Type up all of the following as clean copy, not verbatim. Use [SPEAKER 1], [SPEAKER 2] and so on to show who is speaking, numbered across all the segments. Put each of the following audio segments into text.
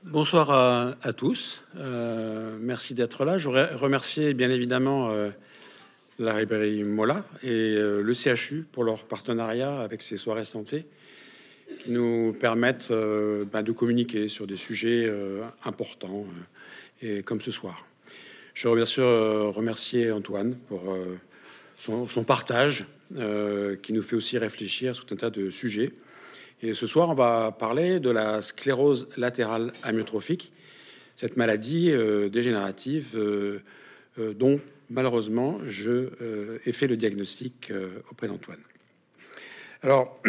[SPEAKER 1] Bonsoir à tous. Merci d'être là. Je voudrais remercier bien évidemment la librairie Mola et le CHU pour leur partenariat avec ces soirées santé qui nous permettent de communiquer sur des sujets importants et comme ce soir. Je voudrais bien sûr remercier Antoine pour son partage qui nous fait aussi réfléchir sur un tas de sujets. Et ce soir, on va parler de la sclérose latérale amyotrophique, cette maladie dégénérative dont malheureusement je ai fait le diagnostic auprès d'Antoine. Alors,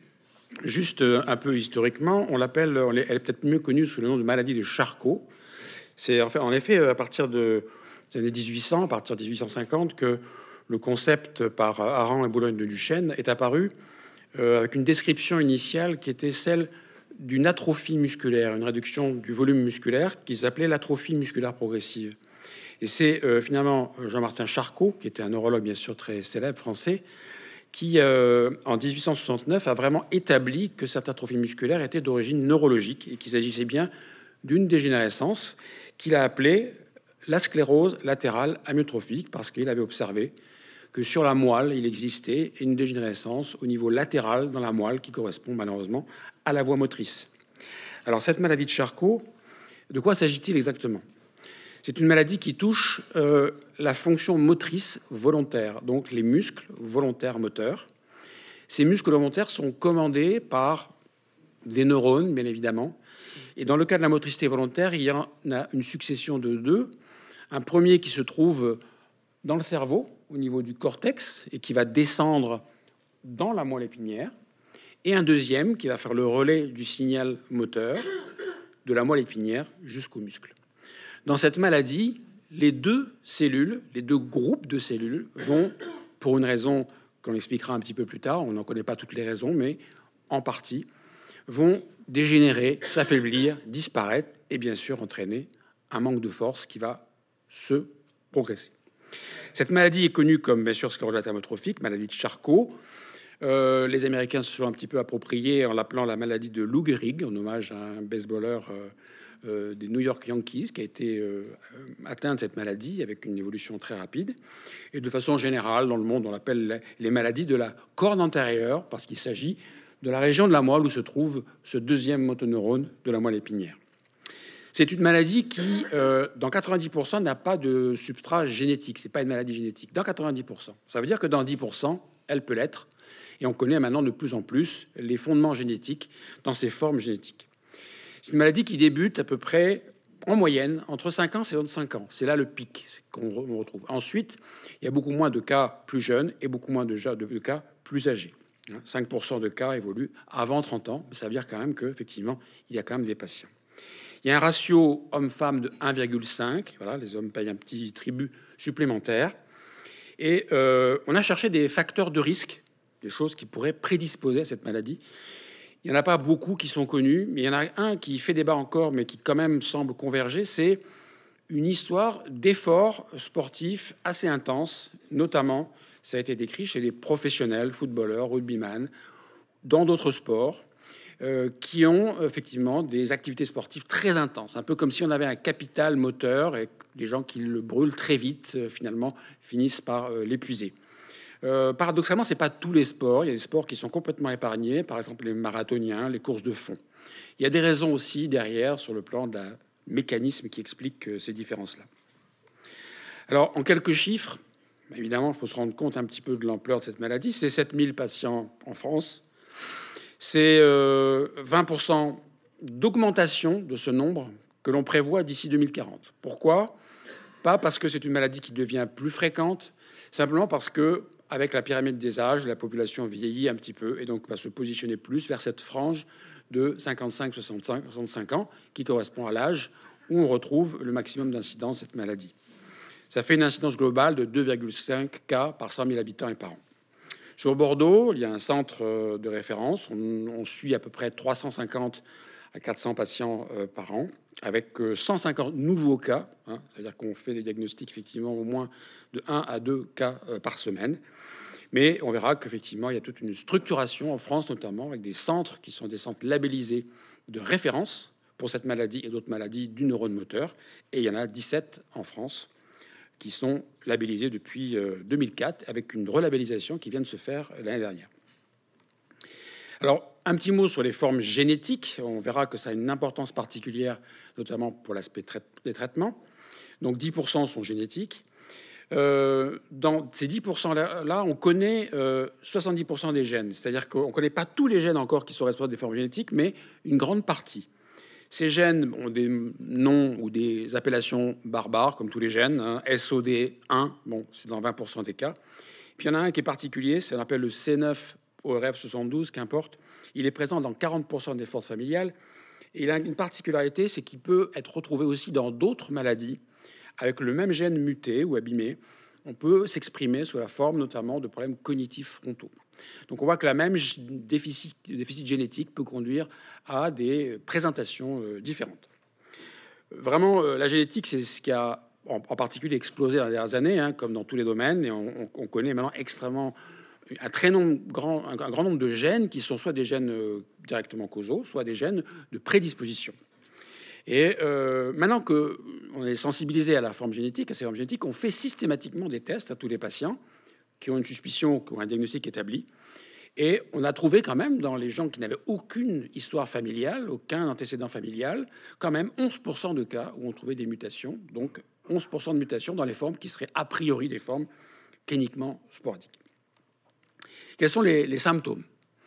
[SPEAKER 1] juste un peu historiquement, elle est peut-être mieux connue sous le nom de maladie de Charcot. C'est en effet à partir des années 1800, à partir de 1850, que le concept par Aran et Boulogne de Duchesne est apparu avec une description initiale qui était celle d'une atrophie musculaire, une réduction du volume musculaire qu'ils appelaient l'atrophie musculaire progressive. Et c'est finalement Jean-Martin Charcot, qui était un neurologue bien sûr très célèbre français, qui en 1869 a vraiment établi que cette atrophie musculaire était d'origine neurologique et qu'il s'agissait bien d'une dégénérescence qu'il a appelée la sclérose latérale amyotrophique, parce qu'il avait observé que sur la moelle, il existait une dégénérescence au niveau latéral dans la moelle qui correspond malheureusement à la voie motrice. Alors cette maladie de Charcot, de quoi s'agit-il exactement? C'est une maladie qui touche la fonction motrice volontaire, donc les muscles volontaires moteurs. Ces muscles volontaires sont commandés par des neurones, bien évidemment. Et dans le cas de la motricité volontaire, il y en a une succession de deux. Un premier qui se trouve dans le cerveau, au niveau du cortex, et qui va descendre dans la moelle épinière, et un deuxième qui va faire le relais du signal moteur de la moelle épinière jusqu'au muscle. Dans cette maladie, les deux groupes de cellules vont, pour une raison qu'on expliquera un petit peu plus tard, on n'en connaît pas toutes les raisons, mais en partie, vont dégénérer, s'affaiblir, disparaître, et bien sûr entraîner un manque de force qui va se progresser. Cette maladie est connue comme, bien sûr, sclérose latérale amyotrophique, maladie de Charcot. Les Américains se sont un petit peu appropriés en l'appelant la maladie de Lou Gehrig, en hommage à un baseballeur des New York Yankees qui a été atteint de cette maladie avec une évolution très rapide. Et de façon générale, dans le monde, on l'appelle les maladies de la corne antérieure parce qu'il s'agit de la région de la moelle où se trouve ce deuxième motoneurone de la moelle épinière. C'est une maladie qui, dans 90%, n'a pas de substrat génétique. C'est pas une maladie génétique. Dans 90%. Ça veut dire que dans 10%, elle peut l'être. Et on connaît maintenant de plus en plus les fondements génétiques dans ces formes génétiques. C'est une maladie qui débute à peu près, en moyenne, entre 5 ans et 25 ans. C'est là le pic qu'on retrouve. Ensuite, il y a beaucoup moins de cas plus jeunes et beaucoup moins de cas plus âgés. 5% de cas évoluent avant 30 ans. Ça veut dire quand même qu'effectivement, il y a quand même des patients. Il y a un ratio homme-femme de 1,5. Voilà, les hommes payent un petit tribut supplémentaire. Et on a cherché des facteurs de risque, des choses qui pourraient prédisposer à cette maladie. Il n'y en a pas beaucoup qui sont connus, mais il y en a un qui fait débat encore, mais qui quand même semble converger. C'est une histoire d'efforts sportifs assez intenses, notamment, ça a été décrit chez les professionnels, footballeurs, rugbyman, dans d'autres sports, qui ont effectivement des activités sportives très intenses, un peu comme si on avait un capital moteur et les gens qui le brûlent très vite, finalement, finissent par l'épuiser. Paradoxalement, c'est pas tous les sports. Il y a des sports qui sont complètement épargnés, par exemple les marathoniens, les courses de fond. Il y a des raisons aussi derrière sur le plan de la mécanisme qui explique ces différences-là. Alors, en quelques chiffres, évidemment, il faut se rendre compte un petit peu de l'ampleur de cette maladie. C'est 7000 patients en France. C'est 20% d'augmentation de ce nombre que l'on prévoit d'ici 2040. Pourquoi? Pas parce que c'est une maladie qui devient plus fréquente, simplement parce que, avec la pyramide des âges, la population vieillit un petit peu et donc va se positionner plus vers cette frange de 55-65 ans qui correspond à l'âge où on retrouve le maximum d'incidence de cette maladie. Ça fait une incidence globale de 2,5 cas par 100 000 habitants et par an. Sur Bordeaux, il y a un centre de référence. On suit à peu près 350 à 400 patients par an, avec 150 nouveaux cas. C'est-à-dire qu'on fait des diagnostics effectivement au moins de 1 à 2 cas par semaine. Mais on verra qu'effectivement, il y a toute une structuration en France, notamment avec des centres qui sont des centres labellisés de référence pour cette maladie et d'autres maladies du neurone moteur. Et il y en a 17 en France qui sont labellisés depuis 2004, avec une relabellisation qui vient de se faire l'année dernière. Alors, un petit mot sur les formes génétiques. On verra que ça a une importance particulière, notamment pour l'aspect des traitements. Donc, 10% sont génétiques. Dans ces 10%-là, on connaît 70% des gènes. C'est-à-dire qu'on ne connaît pas tous les gènes encore qui sont responsables des formes génétiques, mais une grande partie. Ces gènes ont des noms ou des appellations barbares, comme tous les gènes. SOD1, bon, c'est dans 20% des cas. Puis il y en a un qui est particulier, c'est ce qu'on appelle le C9orf72, qu'importe. Il est présent dans 40% des forces familiales. Et il a une particularité, c'est qu'il peut être retrouvé aussi dans d'autres maladies. Avec le même gène muté ou abîmé, on peut s'exprimer sous la forme notamment de problèmes cognitifs frontaux. Donc on voit que la même déficit génétique peut conduire à des présentations différentes. Vraiment, la génétique, c'est ce qui a en particulier explosé dans les dernières années, hein, comme dans tous les domaines. Et on connaît maintenant un grand nombre de gènes qui sont soit des gènes directement causaux, soit des gènes de prédisposition. Et maintenant qu'on est sensibilisé à la forme génétique, à ces formes génétiques, on fait systématiquement des tests à tous les patients qui ont une suspicion, qui ont un diagnostic établi. Et on a trouvé quand même, dans les gens qui n'avaient aucune histoire familiale, aucun antécédent familial, quand même 11% de cas où on trouvait des mutations. Donc 11% de mutations dans les formes qui seraient a priori des formes cliniquement sporadiques. Quels sont les symptômes ?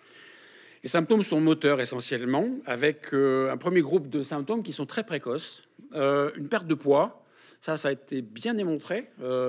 [SPEAKER 1] Les symptômes sont moteurs essentiellement, avec un premier groupe de symptômes qui sont très précoces. Une perte de poids, ça a été bien démontré,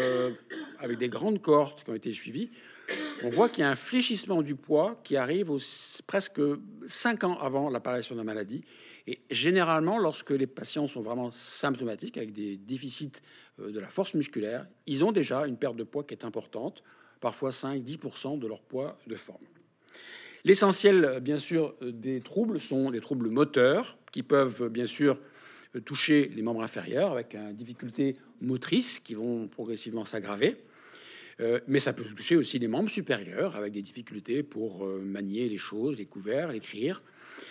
[SPEAKER 1] avec des grandes cohortes qui ont été suivies. On voit qu'il y a un fléchissement du poids qui arrive presque 5 ans avant l'apparition de la maladie. Et généralement, lorsque les patients sont vraiment symptomatiques, avec des déficits de la force musculaire, ils ont déjà une perte de poids qui est importante, parfois 5-10% de leur poids de forme. L'essentiel, bien sûr, des troubles sont des troubles moteurs qui peuvent, bien sûr, toucher les membres inférieurs avec une difficulté motrice qui vont progressivement s'aggraver. Mais ça peut toucher aussi les membres supérieurs avec des difficultés pour manier les choses, les couverts, l'écrire.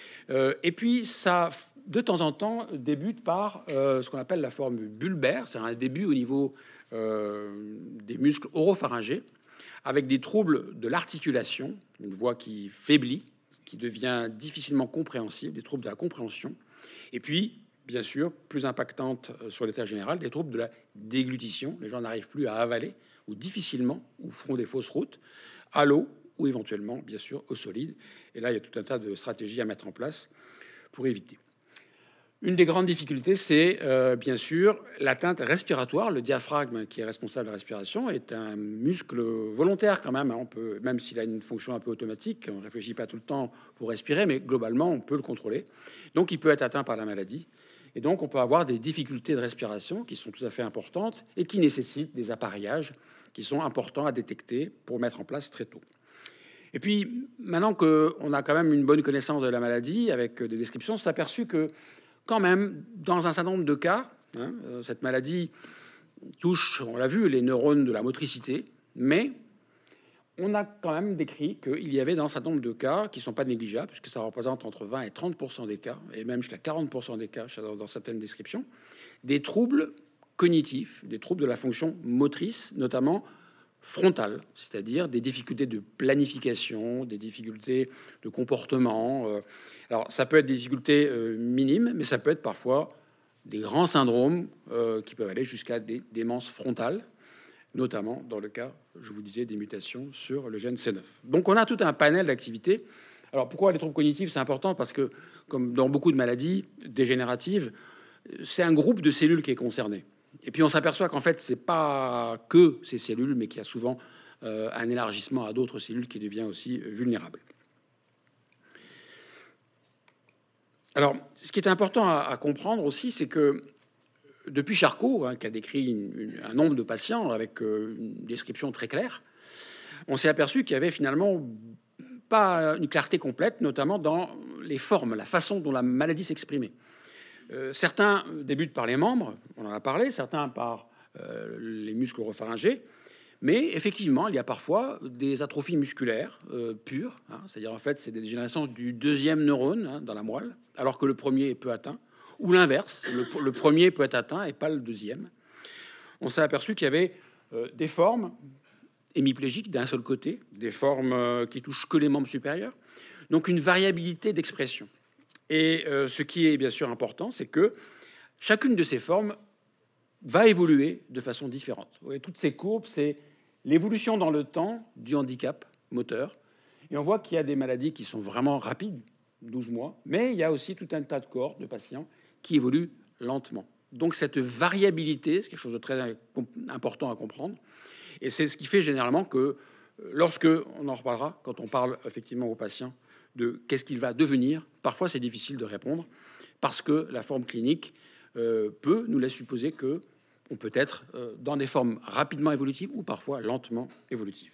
[SPEAKER 1] Et puis, ça, de temps en temps, débute par ce qu'on appelle la forme bulbaire, c'est un début au niveau des muscles oropharyngés, avec des troubles de l'articulation, une voix qui faiblit, qui devient difficilement compréhensible, des troubles de la compréhension. Et puis, bien sûr, plus impactante sur l'état général, des troubles de la déglutition. Les gens n'arrivent plus à avaler, ou difficilement, ou feront des fausses routes, à l'eau, ou éventuellement, bien sûr, au solide. Et là, il y a tout un tas de stratégies à mettre en place pour éviter. Une des grandes difficultés, c'est bien sûr l'atteinte respiratoire. Le diaphragme, qui est responsable de la respiration, est un muscle volontaire quand même. On peut, même s'il a une fonction un peu automatique, on ne réfléchit pas tout le temps pour respirer, mais globalement, on peut le contrôler. Donc, il peut être atteint par la maladie. Et donc, on peut avoir des difficultés de respiration qui sont tout à fait importantes et qui nécessitent des appareillages qui sont importants à détecter pour mettre en place très tôt. Et puis, maintenant qu'on a quand même une bonne connaissance de la maladie, avec des descriptions, on s'est aperçu que quand même, dans un certain nombre de cas, cette maladie touche, on l'a vu, les neurones de la motricité, mais on a quand même décrit qu'il y avait dans un certain nombre de cas, qui ne sont pas négligeables, puisque ça représente entre 20 et 30% des cas, et même jusqu'à 40% des cas dans certaines descriptions, des troubles cognitifs, des troubles de la fonction motrice, notamment frontale, c'est-à-dire des difficultés de planification, des difficultés de comportement. Alors, ça peut être des difficultés minimes, mais ça peut être parfois des grands syndromes qui peuvent aller jusqu'à des démences frontales, notamment dans le cas, je vous disais, des mutations sur le gène C9. Donc, on a tout un panel d'activités. Alors, pourquoi les troubles cognitifs? C'est important parce que, comme dans beaucoup de maladies dégénératives, c'est un groupe de cellules qui est concerné. Et puis on s'aperçoit qu'en fait, c'est pas que ces cellules, mais qu'il y a souvent un élargissement à d'autres cellules qui devient aussi vulnérable. Alors, ce qui est important à comprendre aussi, c'est que depuis Charcot, qui a décrit un nombre de patients avec une description très claire, on s'est aperçu qu'il y avait finalement pas une clarté complète, notamment dans les formes, la façon dont la maladie s'exprimait. Certains débutent par les membres, on en a parlé, certains par les muscles oropharyngés, mais effectivement, il y a parfois des atrophies musculaires pures, c'est-à-dire en fait, c'est des dégénérescences du deuxième neurone dans la moelle, alors que le premier est peu atteint, ou l'inverse, le premier peut être atteint et pas le deuxième. On s'est aperçu qu'il y avait des formes hémiplégiques d'un seul côté, des formes qui touchent que les membres supérieurs, donc une variabilité d'expression. Et ce qui est bien sûr important, c'est que chacune de ces formes va évoluer de façon différente. Vous voyez, toutes ces courbes, c'est l'évolution dans le temps du handicap moteur. Et on voit qu'il y a des maladies qui sont vraiment rapides, 12 mois, mais il y a aussi tout un tas de cohortes de patients qui évoluent lentement. Donc cette variabilité, c'est quelque chose de très important à comprendre. Et c'est ce qui fait généralement que lorsque, on en reparlera, quand on parle effectivement aux patients de qu'est-ce qu'il va devenir, parfois c'est difficile de répondre parce que la forme clinique peut nous laisser supposer que on peut être dans des formes rapidement évolutives ou parfois lentement évolutives.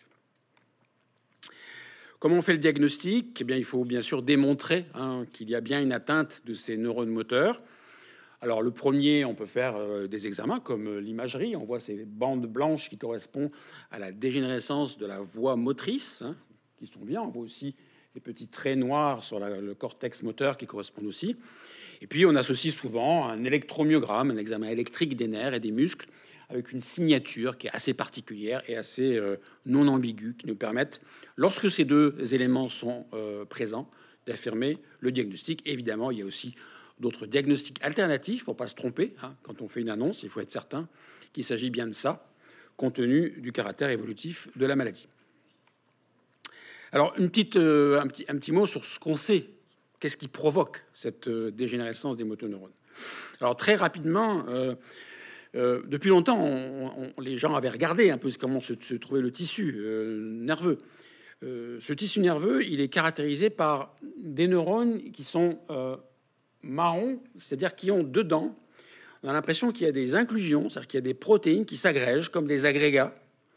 [SPEAKER 1] Comment on fait le diagnostic? Eh bien, il faut bien sûr démontrer qu'il y a bien une atteinte de ces neurones moteurs. Alors, le premier, on peut faire des examens comme l'imagerie. On voit ces bandes blanches qui correspondent à la dégénérescence de la voie motrice, qui sont bien. On voit aussi des petits traits noirs sur le cortex moteur qui correspondent aussi. Et puis, on associe souvent un électromyogramme, un examen électrique des nerfs et des muscles, avec une signature qui est assez particulière et assez non ambiguë, qui nous permettent, lorsque ces deux éléments sont présents, d'affirmer le diagnostic. Évidemment, il y a aussi d'autres diagnostics alternatifs pour ne pas se tromper. Quand on fait une annonce, il faut être certain qu'il s'agit bien de ça, compte tenu du caractère évolutif de la maladie. Alors, un petit mot sur ce qu'on sait. Qu'est-ce qui provoque cette dégénérescence des motoneurones? Alors, très rapidement, depuis longtemps, les gens avaient regardé un peu comment se trouvait le tissu nerveux. Ce tissu nerveux, il est caractérisé par des neurones qui sont marrons, c'est-à-dire qui ont dedans, on a l'impression qu'il y a des inclusions, c'est-à-dire qu'il y a des protéines qui s'agrègent comme des agrégats,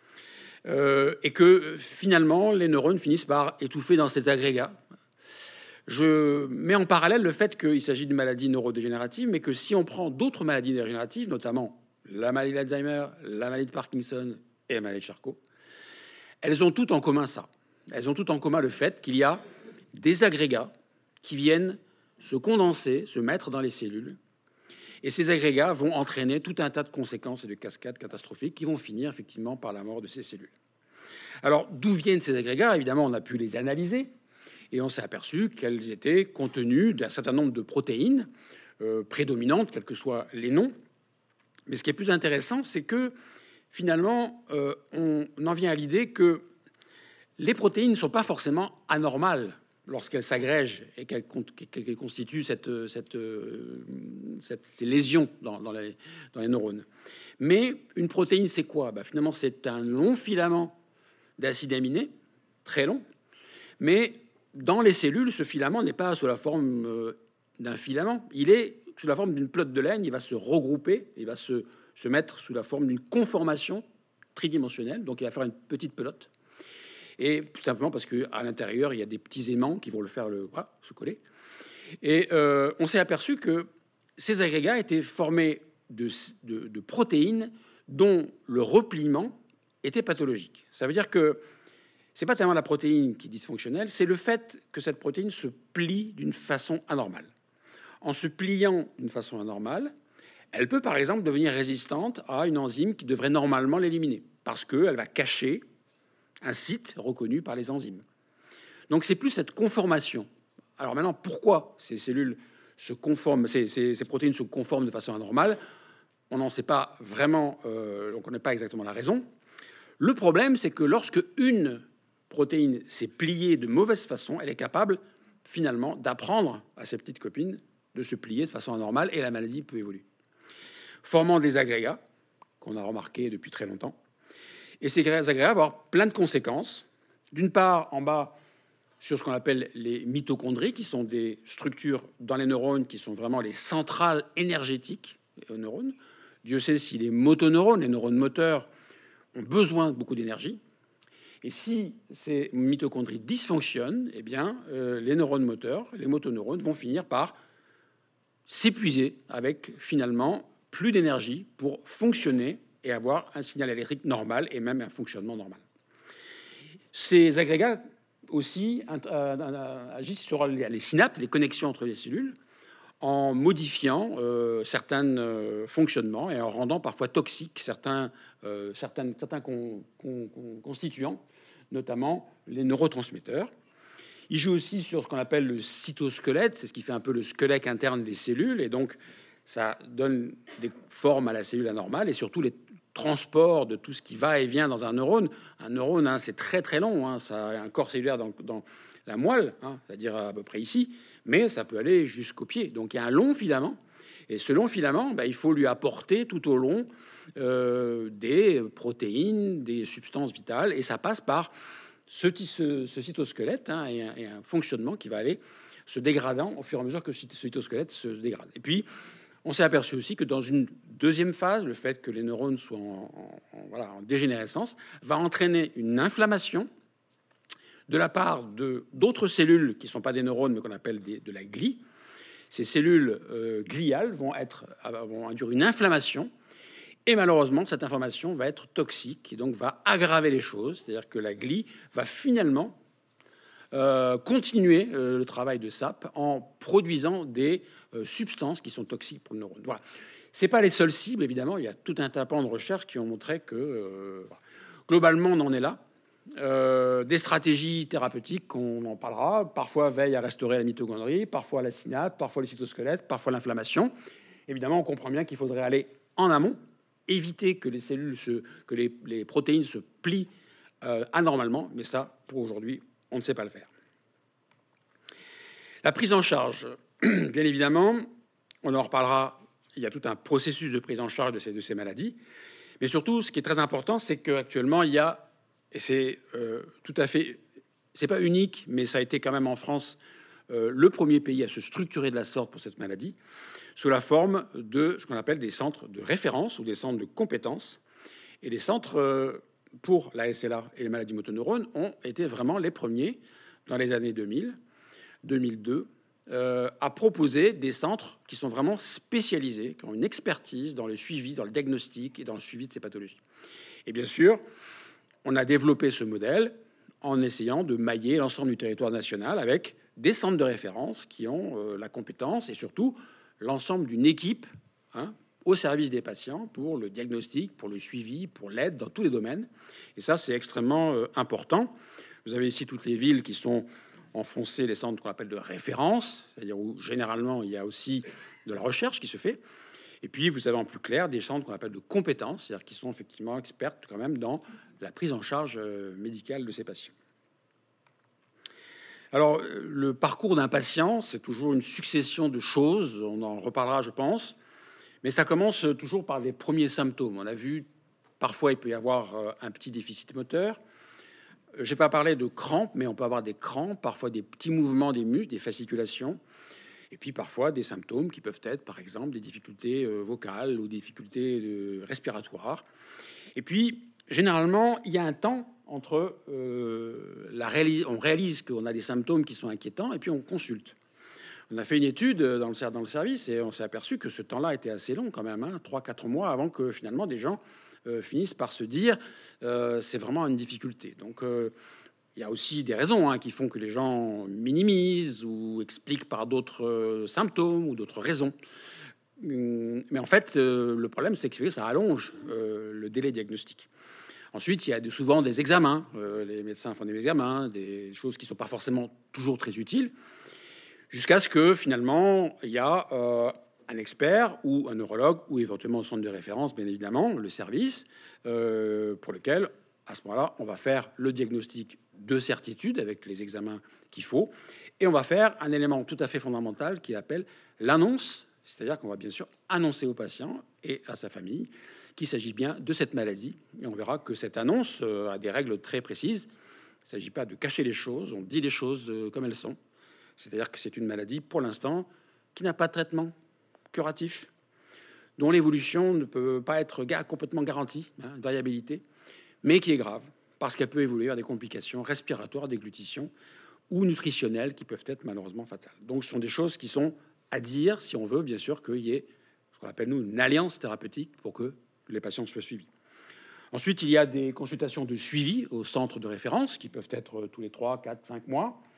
[SPEAKER 1] et que finalement, les neurones finissent par étouffer dans ces agrégats. Je mets en parallèle le fait qu'il s'agit d'une maladie neurodégénérative, mais que si on prend d'autres maladies dégénératives, notamment la maladie d'Alzheimer, la maladie de Parkinson et la maladie de Charcot, elles ont toutes en commun ça. Elles ont toutes en commun le fait qu'il y a des agrégats qui viennent se condenser, se mettre dans les cellules. Et ces agrégats vont entraîner tout un tas de conséquences et de cascades catastrophiques qui vont finir effectivement par la mort de ces cellules. Alors, d'où viennent ces agrégats? Évidemment, on a pu les analyser. Et on s'est aperçu qu'elles étaient contenues d'un certain nombre de protéines prédominantes, quels que soient les noms. Mais ce qui est plus intéressant, c'est que finalement, on en vient à l'idée que les protéines ne sont pas forcément anormales lorsqu'elles s'agrègent et qu'elles constituent ces lésions dans les neurones. Mais une protéine, c'est quoi? Finalement, c'est un long filament d'acides aminés, très long, mais dans les cellules, ce filament n'est pas sous la forme d'un filament, il est sous la forme d'une pelote de laine, il va se regrouper, il va se mettre sous la forme d'une conformation tridimensionnelle, donc il va faire une petite pelote. Et tout simplement parce qu'à l'intérieur, il y a des petits aimants qui vont le faire se coller. Et on s'est aperçu que ces agrégats étaient formés de protéines dont le repliement était pathologique. Ça veut dire que c'est pas tellement la protéine qui est dysfonctionnelle, c'est le fait que cette protéine se plie d'une façon anormale. En se pliant d'une façon anormale, elle peut par exemple devenir résistante à une enzyme qui devrait normalement l'éliminer, parce qu'elle va cacher un site reconnu par les enzymes. Donc c'est plus cette conformation. Alors maintenant, pourquoi ces cellules se conforment, ces protéines se conforment de façon anormale? On n'en sait pas vraiment, on ne connaît pas exactement la raison. Le problème, c'est que lorsque une protéine s'est pliée de mauvaise façon, elle est capable finalement d'apprendre à ses petites copines de se plier de façon anormale et la maladie peut évoluer. Formant des agrégats, qu'on a remarqué depuis très longtemps. Et ces agrégats vont avoir plein de conséquences. D'une part, en bas, sur ce qu'on appelle les mitochondries, qui sont des structures dans les neurones qui sont vraiment les centrales énergétiques aux neurones. Dieu sait si les motoneurones, les neurones moteurs, ont besoin de beaucoup d'énergie. Et si ces mitochondries dysfonctionnent, eh bien, les neurones moteurs, les motoneurones, vont finir par s'épuiser avec finalement plus d'énergie pour fonctionner et avoir un signal électrique normal et même un fonctionnement normal. Ces agrégats aussi agissent sur les synapses, les connexions entre les cellules, en modifiant certains fonctionnements et en rendant parfois toxiques certains constituants, notamment les neurotransmetteurs. Il joue aussi sur ce qu'on appelle le cytosquelette, c'est ce qui fait un peu le squelette interne des cellules, et donc ça donne des formes à la cellule anormale et surtout les transports de tout ce qui va et vient dans un neurone. Un neurone, hein, c'est très très long, hein, ça a un corps cellulaire dans la moelle, hein, c'est-à-dire à peu près ici, mais ça peut aller jusqu'au pied. Donc il y a un long filament, et ce long filament, il faut lui apporter tout au long des protéines, des substances vitales, et ça passe par ce cytosquelette, hein, et un fonctionnement qui va aller se dégradant au fur et à mesure que ce cytosquelette se dégrade. Et puis, on s'est aperçu aussi que dans une deuxième phase, le fait que les neurones soient en dégénérescence va entraîner une inflammation de la part d'autres cellules qui ne sont pas des neurones, mais qu'on appelle de la glie. Ces cellules gliales vont induire une inflammation. Et malheureusement, cette information va être toxique et donc va aggraver les choses. C'est-à-dire que la glie va finalement continuer le travail de SAP en produisant des substances qui sont toxiques pour le neurone. Voilà. Ce n'est pas les seules cibles, évidemment. Il y a tout un tas de recherches qui ont montré que globalement, on en est là. Des stratégies thérapeutiques, on en parlera, parfois veillent à restaurer la mitochondrie, parfois la synapse, parfois le cytosquelette, parfois l'inflammation. Évidemment, on comprend bien qu'il faudrait aller en amont, éviter que les cellules, que les protéines se plient anormalement, mais ça, pour aujourd'hui, on ne sait pas le faire. La prise en charge, bien évidemment, on en reparlera, il y a tout un processus de prise en charge de ces maladies, mais surtout, ce qui est très important, c'est qu'actuellement, il y a, et c'est tout à fait, c'est pas unique, mais ça a été quand même en France le premier pays à se structurer de la sorte pour cette maladie, sous la forme de ce qu'on appelle des centres de référence ou des centres de compétences. Et les centres pour la SLA et les maladies motoneurones ont été vraiment les premiers dans les années 2000, 2002, à proposer des centres qui sont vraiment spécialisés, qui ont une expertise dans le suivi, dans le diagnostic et dans le suivi de ces pathologies. Et bien sûr, on a développé ce modèle en essayant de mailler l'ensemble du territoire national avec des centres de référence qui ont la compétence et surtout l'ensemble d'une équipe, hein, au service des patients pour le diagnostic, pour le suivi, pour l'aide dans tous les domaines. Et ça, c'est extrêmement important. Vous avez ici toutes les villes qui sont enfoncées, les centres qu'on appelle de référence, c'est-à-dire où généralement il y a aussi de la recherche qui se fait. Et puis, vous avez en plus clair des centres qu'on appelle de compétences, c'est-à-dire qui sont effectivement experts quand même dans la prise en charge médicale de ces patients. Alors, le parcours d'un patient, c'est toujours une succession de choses. On en reparlera, je pense. Mais ça commence toujours par des premiers symptômes. On a vu, parfois, il peut y avoir un petit déficit moteur. Je n'ai pas parlé de crampes, mais on peut avoir des crampes, parfois des petits mouvements des muscles, des fasciculations. Et puis, parfois, des symptômes qui peuvent être, par exemple, des difficultés vocales ou des difficultés respiratoires. Et puis, généralement, il y a un temps entre on réalise qu'on a des symptômes qui sont inquiétants et puis on consulte. On a fait une étude dans le service et on s'est aperçu que ce temps-là était assez long quand même, hein, 3-4 mois avant que finalement des gens finissent par se dire c'est vraiment une difficulté. Donc il y a aussi des raisons, hein, qui font que les gens minimisent ou expliquent par d'autres symptômes ou d'autres raisons. Mais en fait, le problème, c'est que ça allonge le délai diagnostique. Ensuite, il y a souvent des examens. Les médecins font des examens, des choses qui ne sont pas forcément toujours très utiles, jusqu'à ce que finalement, il y a un expert ou un neurologue ou éventuellement au centre de référence, bien évidemment, le service, pour lequel, à ce moment-là, on va faire le diagnostic de certitude avec les examens qu'il faut. Et on va faire un élément tout à fait fondamental qui appelle l'annonce, c'est-à-dire qu'on va bien sûr annoncer au patient et à sa famille qu'il s'agit bien de cette maladie. Et on verra que cette annonce a des règles très précises. Il ne s'agit pas de cacher les choses, on dit les choses comme elles sont. C'est-à-dire que c'est une maladie, pour l'instant, qui n'a pas de traitement curatif, dont l'évolution ne peut pas être complètement garantie, hein, une variabilité, mais qui est grave, parce qu'elle peut évoluer vers des complications respiratoires, déglutition ou nutritionnelles qui peuvent être malheureusement fatales. Donc ce sont des choses qui sont à dire, si on veut, bien sûr, qu'il y ait ce qu'on appelle, nous, une alliance thérapeutique pour que les patients soient suivis. Ensuite, il y a des consultations de suivi au centre de référence qui peuvent être tous les 3, 4, 5 mois.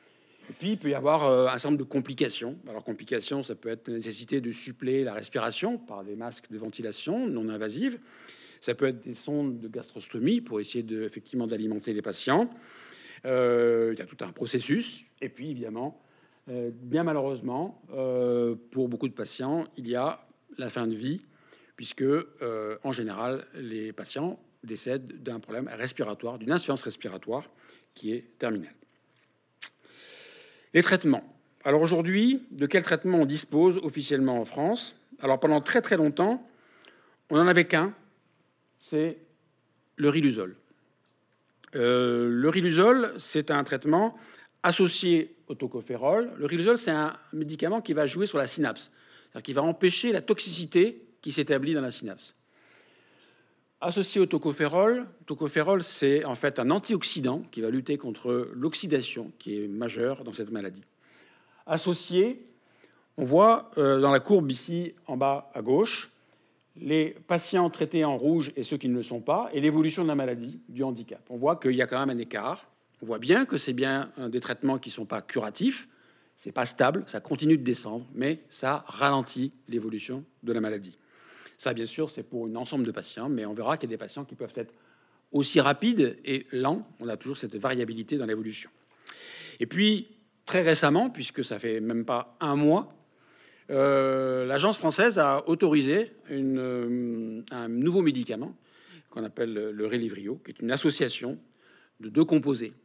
[SPEAKER 1] Et puis, il peut y avoir un certain nombre de complications. Alors, complications, ça peut être la nécessité de suppléer la respiration par des masques de ventilation non invasives. Ça peut être des sondes de gastrostomie pour essayer effectivement d'alimenter les patients. Il y a tout un processus. Et puis, évidemment, bien malheureusement, pour beaucoup de patients, il y a la fin de vie, puisque, en général, les patients décèdent d'un problème respiratoire, d'une insuffisance respiratoire qui est terminale. Les traitements. Alors aujourd'hui, de quel traitement on dispose officiellement en France? Alors pendant très très longtemps, on n'en avait qu'un, c'est le Riluzole. Le Riluzole, c'est un traitement associé au tocopherol. Le Riluzole, c'est un médicament qui va jouer sur la synapse, c'est-à-dire qui va empêcher la toxicité qui s'établit dans la synapse. Associé au tocopherol, c'est en fait un antioxydant qui va lutter contre l'oxydation qui est majeure dans cette maladie. Associé, on voit dans la courbe ici en bas à gauche, les patients traités en rouge et ceux qui ne le sont pas, et l'évolution de la maladie, du handicap. On voit qu'il y a quand même un écart. On voit bien que c'est bien des traitements qui ne sont pas curatifs, c'est pas stable, ça continue de descendre, mais ça ralentit l'évolution de la maladie. Ça, bien sûr, c'est pour un ensemble de patients, mais on verra qu'il y a des patients qui peuvent être aussi rapides et lents. On a toujours cette variabilité dans l'évolution. Et puis, très récemment, puisque ça fait même pas un mois, l'Agence française a autorisé un nouveau médicament qu'on appelle le Relyvrio, qui est une association de 2 composés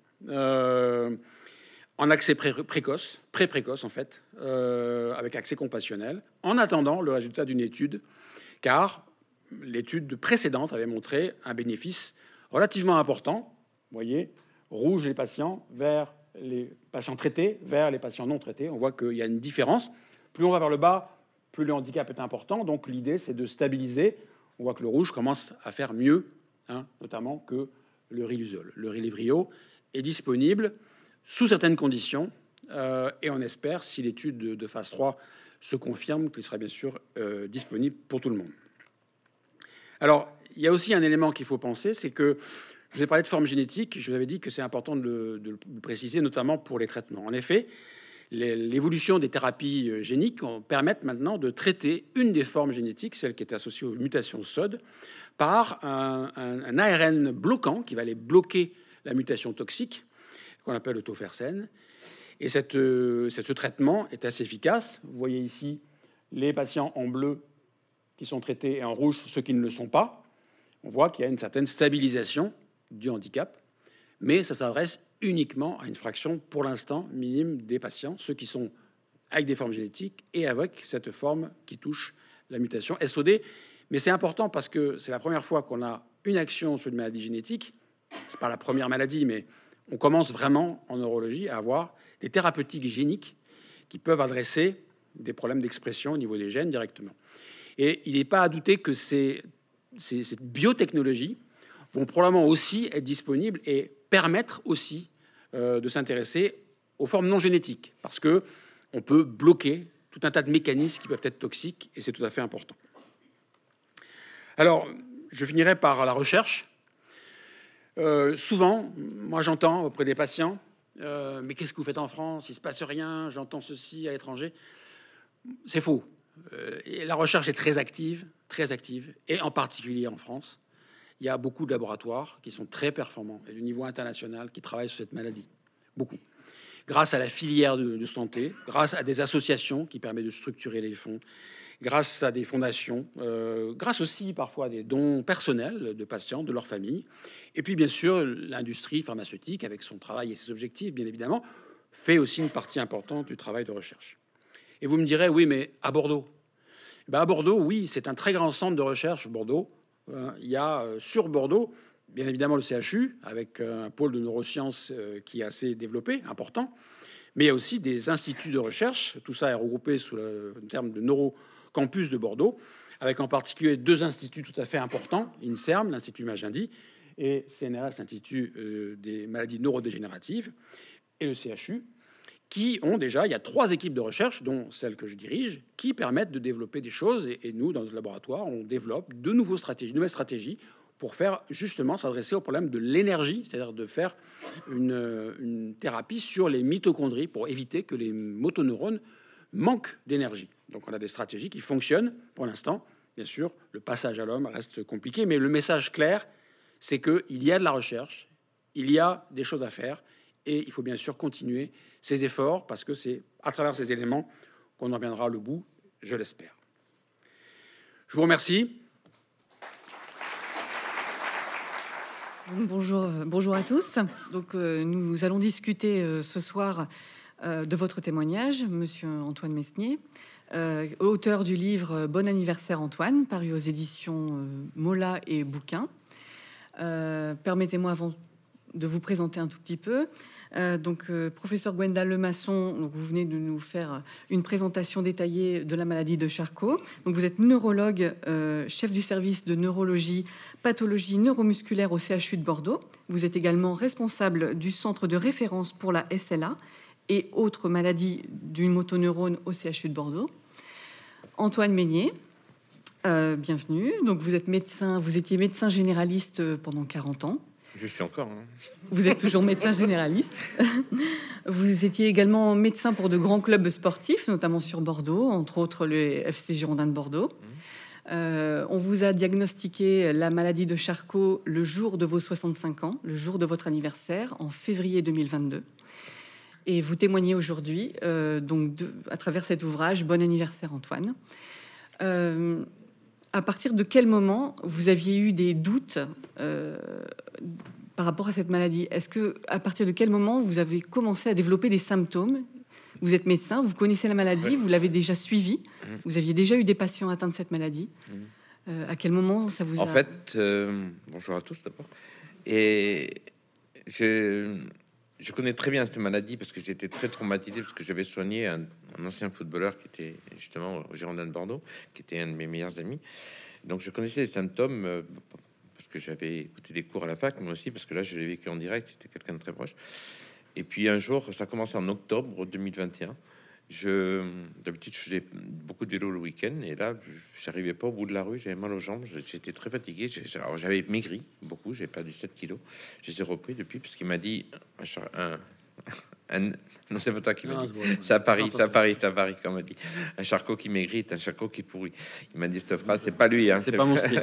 [SPEAKER 1] en accès précoce en fait, avec accès compassionnel, en attendant le résultat d'une étude, car l'étude précédente avait montré un bénéfice relativement important. Vous voyez, rouge les patients, vert les patients traités, vert les patients non traités. On voit qu'il y a une différence. Plus on va vers le bas, plus le handicap est important. Donc l'idée, c'est de stabiliser. On voit que le rouge commence à faire mieux, notamment que le Riluzole. Le Relyvrio est disponible sous certaines conditions, et on espère, si l'étude de phase 3 se confirme, qu'il sera bien sûr disponible pour tout le monde. Alors, il y a aussi un élément qu'il faut penser, c'est que je vous ai parlé de forme génétique, je vous avais dit que c'est important de le préciser, notamment pour les traitements. En effet, l'évolution des thérapies géniques permettent maintenant de traiter une des formes génétiques, celle qui était associée aux mutations SOD, par un ARN bloquant qui va aller bloquer la mutation toxique, qu'on appelle le tofersen. Et ce traitement est assez efficace. Vous voyez ici les patients en bleu qui sont traités et en rouge ceux qui ne le sont pas. On voit qu'il y a une certaine stabilisation du handicap, mais ça s'adresse uniquement à une fraction, pour l'instant, minime des patients, ceux qui sont avec des formes génétiques et avec cette forme qui touche la mutation SOD. Mais c'est important parce que c'est la première fois qu'on a une action sur une maladie génétique. C'est pas la première maladie, mais on commence vraiment en neurologie à avoir des thérapeutiques géniques qui peuvent adresser des problèmes d'expression au niveau des gènes directement. Et il n'est pas à douter que ces biotechnologies vont probablement aussi être disponibles et permettre aussi de s'intéresser aux formes non génétiques, parce que on peut bloquer tout un tas de mécanismes qui peuvent être toxiques, et c'est tout à fait important. Alors, je finirai par la recherche. Souvent, moi j'entends auprès des patients, mais qu'est-ce que vous faites en France? Il ne se passe rien, j'entends ceci à l'étranger. C'est faux. Et la recherche est très active, et en particulier en France. Il y a beaucoup de laboratoires qui sont très performants, et du niveau international, qui travaillent sur cette maladie. Beaucoup. Grâce à la filière de santé, grâce à des associations qui permettent de structurer les fonds, grâce à des fondations, grâce aussi parfois à des dons personnels de patients, de leur famille. Et puis, bien sûr, l'industrie pharmaceutique, avec son travail et ses objectifs, bien évidemment, fait aussi une partie importante du travail de recherche. Et vous me direz, oui, mais à Bordeaux? À Bordeaux, oui, c'est un très grand centre de recherche, Bordeaux. Il y a sur Bordeaux, bien évidemment, le CHU, avec un pôle de neurosciences qui est assez développé, important. Mais il y a aussi des instituts de recherche. Tout ça est regroupé sous le terme de Neurocampus de Bordeaux, avec en particulier 2 instituts tout à fait importants, INSERM, l'Institut Magendie, et CNRS, l'Institut des maladies neurodégénératives, et le CHU, qui ont déjà, il y a 3 équipes de recherche, dont celle que je dirige, qui permettent de développer des choses. Et nous, dans notre laboratoire, on développe de nouvelles stratégies pour faire justement s'adresser au problème de l'énergie, c'est-à-dire de faire une thérapie sur les mitochondries pour éviter que les motoneurones manquent d'énergie. Donc on a des stratégies qui fonctionnent pour l'instant. Bien sûr, le passage à l'homme reste compliqué, mais le message clair, c'est qu'il y a de la recherche, il y a des choses à faire, et il faut bien sûr continuer ces efforts, parce que c'est à travers ces éléments qu'on en viendra au bout, je l'espère. Je vous remercie.
[SPEAKER 2] Bonjour à tous. Donc, nous allons discuter ce soir de votre témoignage, Monsieur Antoine Mesnier, auteur du livre Bon anniversaire Antoine, paru aux éditions Mola et Bouquin. Permettez-moi avant de vous présenter un tout petit peu. Professeur Gwendal Lemasson, donc vous venez de nous faire une présentation détaillée de la maladie de Charcot. Donc vous êtes neurologue, chef du service de neurologie, pathologie neuromusculaire au CHU de Bordeaux. Vous êtes également responsable du centre de référence pour la SLA et autres maladies du motoneurone au CHU de Bordeaux. Antoine Mesnier, bienvenue. Donc vous êtes médecin, vous étiez médecin généraliste pendant 40 ans.
[SPEAKER 3] Je suis encore.
[SPEAKER 2] Vous êtes toujours médecin généraliste. Vous étiez également médecin pour de grands clubs sportifs, notamment sur Bordeaux, entre autres le FC Girondins de Bordeaux. On vous a diagnostiqué la maladie de Charcot le jour de vos 65 ans, le jour de votre anniversaire, en février 2022. Et vous témoignez aujourd'hui, à travers cet ouvrage, Bon anniversaire Antoine. À partir de quel moment vous aviez eu des doutes par rapport à cette maladie? Est-ce que, à partir de quel moment vous avez commencé à développer des symptômes? Vous êtes médecin, vous connaissez la maladie, vous l'avez déjà suivie, vous aviez déjà eu des patients atteints de cette maladie. À quel moment ça vous a...
[SPEAKER 3] En fait, bonjour à tous d'abord. Et je connais très bien cette maladie parce que j'étais très traumatisé parce que j'avais soigné un ancien footballeur qui était justement au Girondin de Bordeaux, qui était un de mes meilleurs amis. Donc je connaissais les symptômes parce que j'avais écouté des cours à la fac, moi aussi, parce que là je l'ai vécu en direct, c'était quelqu'un de très proche. Et puis un jour, ça a commencé en octobre 2021. D'habitude, je faisais beaucoup de vélo le week-end, et là, j'arrivais pas au bout de la rue, j'avais mal aux jambes, j'étais très fatigué. Alors, j'avais maigri beaucoup, j'ai perdu 7 kilos. Je les ai repris depuis, parce qu'il m'a dit non, c'est pas toi qui m'a dit. C'est à Paris, qu'on m'a dit. Un Charcot qui maigrit est un Charcot qui pourrit. Il m'a dit cette phrase, c'est pas lui, hein,
[SPEAKER 1] c'est pas mon style.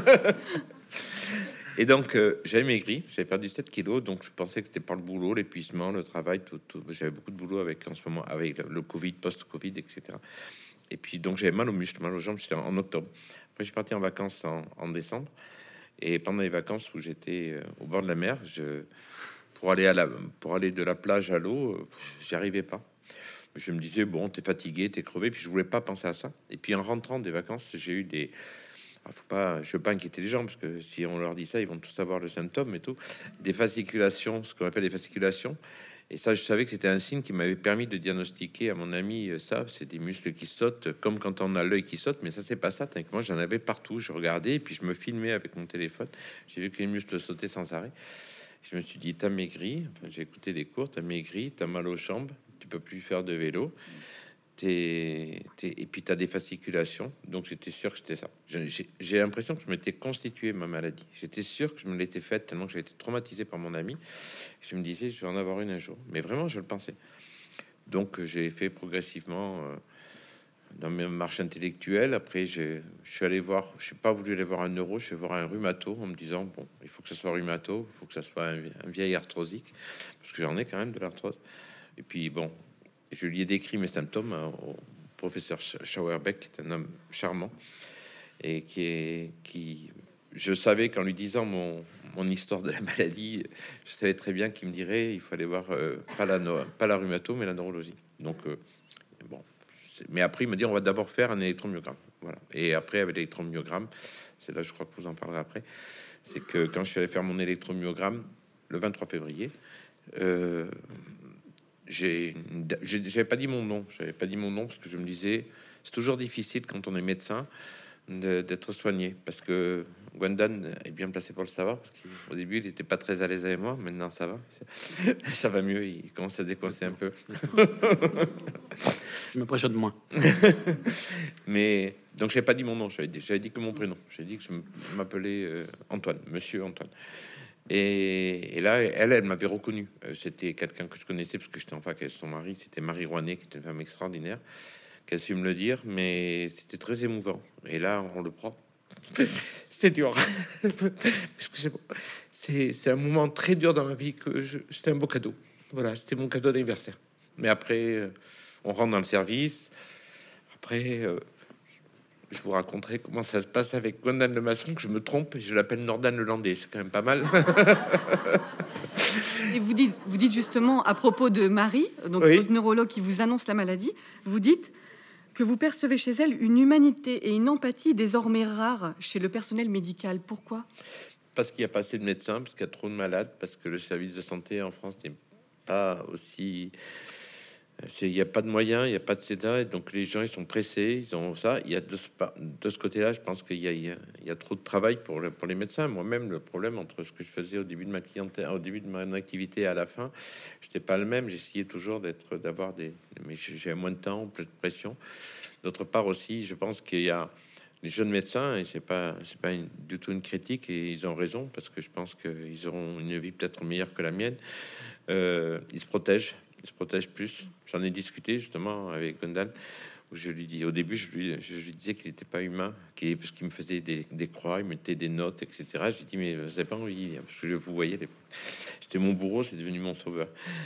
[SPEAKER 3] Et donc, j'avais maigri, j'avais perdu 7 kilos, donc je pensais que c'était par le boulot, l'épuisement, le travail, tout. J'avais beaucoup de boulot en ce moment, avec le Covid, post-Covid, etc. Et puis, donc, j'avais mal aux muscles, mal aux jambes, c'était en octobre. Après, je suis parti en vacances en décembre. Et pendant les vacances où j'étais au bord de la mer, pour aller de la plage à l'eau, j'y arrivais pas. Je me disais, bon, t'es fatigué, t'es crevé, puis je voulais pas penser à ça. Et puis, en rentrant des vacances, j'ai eu des... je veux pas inquiéter les gens parce que si on leur dit ça, ils vont tous avoir le symptôme et tout. Des fasciculations, ce qu'on appelle des fasciculations. Et ça, je savais que c'était un signe qui m'avait permis de diagnostiquer à mon ami ça. C'est des muscles qui sautent, comme quand on a l'œil qui saute, mais ça, c'est pas ça. Tant que moi, j'en avais partout. Je regardais et puis je me filmais avec mon téléphone. J'ai vu que les muscles sautaient sans arrêt. Je me suis dit, t'as maigri. Enfin, j'ai écouté des cours, t'as maigri, t'as mal aux jambes, tu peux plus faire de vélo. Et puis tu as des fasciculations, donc j'étais sûr que c'était ça. J'ai l'impression que je m'étais constitué ma maladie. J'étais sûr que je me l'étais faite tellement que j'ai été traumatisé par mon ami. Je me disais, je vais en avoir une un jour. Mais vraiment, je le pensais. Donc j'ai fait progressivement dans mes marches intellectuelles. Après, je suis allé voir, je n'ai pas voulu aller voir un neuro, je suis allé voir un rhumato en me disant, bon, il faut que ça soit rhumato, il faut que ça soit un vieil arthrosique, parce que j'en ai quand même de l'arthrose. Et puis bon, je lui ai décrit mes symptômes au professeur Schauerbeck, qui est un homme charmant et je savais qu'en lui disant mon histoire de la maladie, je savais très bien qu'il me dirait il fallait voir pas la rhumato mais la neurologie. Donc bon, mais après il m'a dit on va d'abord faire un électromyogramme. Voilà. Et après avec l'électromyogramme, c'est là je crois que vous en parlerez après. C'est que quand je suis allé faire mon électromyogramme le 23 février. J'avais pas dit mon nom. J'avais pas dit mon nom parce que je me disais, c'est toujours difficile quand on est médecin d'être soigné. Parce que Gwendan est bien placé pour le savoir. Parce qu'au début, il était pas très à l'aise avec moi. Maintenant, ça va. Ça va mieux. Il commence à se décoincer un peu.
[SPEAKER 1] Je me pressionne moins.
[SPEAKER 3] Mais Donc j'avais pas dit mon nom, j'avais dit que mon prénom. J'ai dit que je m'appelais Antoine, Monsieur Antoine. Et là, elle m'avait reconnu. C'était quelqu'un que je connaissais parce que j'étais en fac avec son mari. C'était Marie Rouanet, qui était une femme extraordinaire, qui a su me le dire, mais c'était très émouvant. Et là, on le prend. C'est dur. Parce que c'est un moment très dur dans ma vie que c'était un beau cadeau. Voilà, c'était mon cadeau d'anniversaire. Mais après, on rentre dans le service. Après, je vous raconterai comment ça se passe avec Gwendal Le Maçon, que je me trompe et je l'appelle Nordan Le Landais. C'est quand même pas mal.
[SPEAKER 2] Et vous dites justement à propos de Marie, donc
[SPEAKER 3] Oui.
[SPEAKER 2] votre neurologue qui vous annonce la maladie, vous dites que vous percevez chez elle une humanité et une empathie désormais rares chez le personnel médical. Pourquoi?
[SPEAKER 3] Parce qu'il n'y a pas assez de médecins, parce qu'il y a trop de malades, parce que le service de santé en France n'est pas aussi... Il n'y a pas de moyens, il n'y a pas de CETA, et donc les gens ils sont pressés, ils ont ça. Il y a de ce côté-là, je pense qu'il y a trop de travail pour les médecins. Moi-même, le problème entre ce que je faisais au début de ma clientèle, au début de mon activité à la fin, j'étais pas le même. J'essayais toujours d'avoir mais j'ai moins de temps, plus de pression. D'autre part aussi, je pense qu'il y a les jeunes médecins, et c'est pas du tout une critique, et ils ont raison parce que je pense qu'ils auront une vie peut-être meilleure que la mienne. Ils se protègent. Il se protège plus. J'en ai discuté justement avec Gondal, où je lui dis au début, je lui disais qu'il n'était pas humain, parce qu'il me faisait des croix, il mettait des notes, etc. Je lui dis mais vous n'avez pas envie, parce que je vous voyais, c'était mon bourreau, c'est devenu mon sauveur.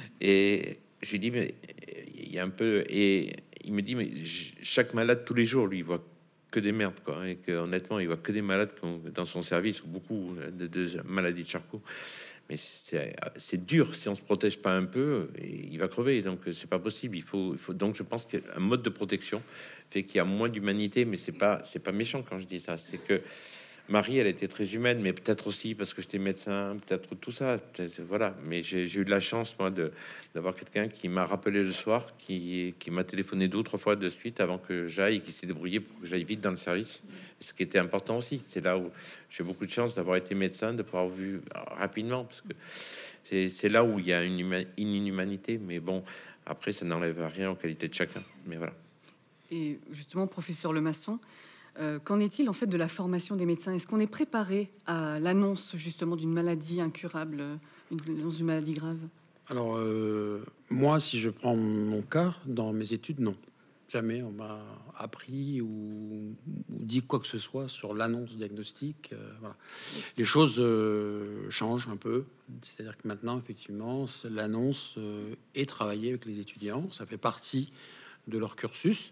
[SPEAKER 3] Et je lui dis mais il y a un peu, et il me dit mais chaque malade tous les jours, lui, il voit que des merdes, quoi, et que honnêtement, il voit que des malades dans son service, ou beaucoup de maladies de Charcot. Mais c'est dur si on se protège pas un peu, et il va crever. Donc c'est pas possible. Il faut donc je pense qu'un mode de protection fait qu'il y a moins d'humanité, mais c'est pas méchant quand je dis ça. C'est que Marie, elle était très humaine, mais peut-être aussi parce que j'étais médecin, peut-être tout ça. Voilà. Mais j'ai eu de la chance moi d'avoir quelqu'un qui m'a rappelé le soir, qui m'a téléphoné 2 ou 3 fois de suite avant que j'aille, et qui s'est débrouillé pour que j'aille vite dans le service. Ce qui était important aussi, c'est là où j'ai beaucoup de chance d'avoir été médecin, de pouvoir vu rapidement, parce que c'est là où il y a une inhumanité. Mais bon, après, ça n'enlève rien aux qualités de chacun. Mais voilà.
[SPEAKER 2] Et justement, professeur Lemasson, qu'en est-il en fait de la formation des médecins? Est-ce qu'on est préparé à l'annonce justement d'une maladie incurable, d'une maladie grave?
[SPEAKER 1] Alors, moi, si je prends mon cas, dans mes études, non. Jamais on m'a appris ou dit quoi que ce soit sur l'annonce diagnostique. Voilà. Les choses changent un peu. C'est-à-dire que maintenant, effectivement, l'annonce est travaillée avec les étudiants. Ça fait partie de leur cursus.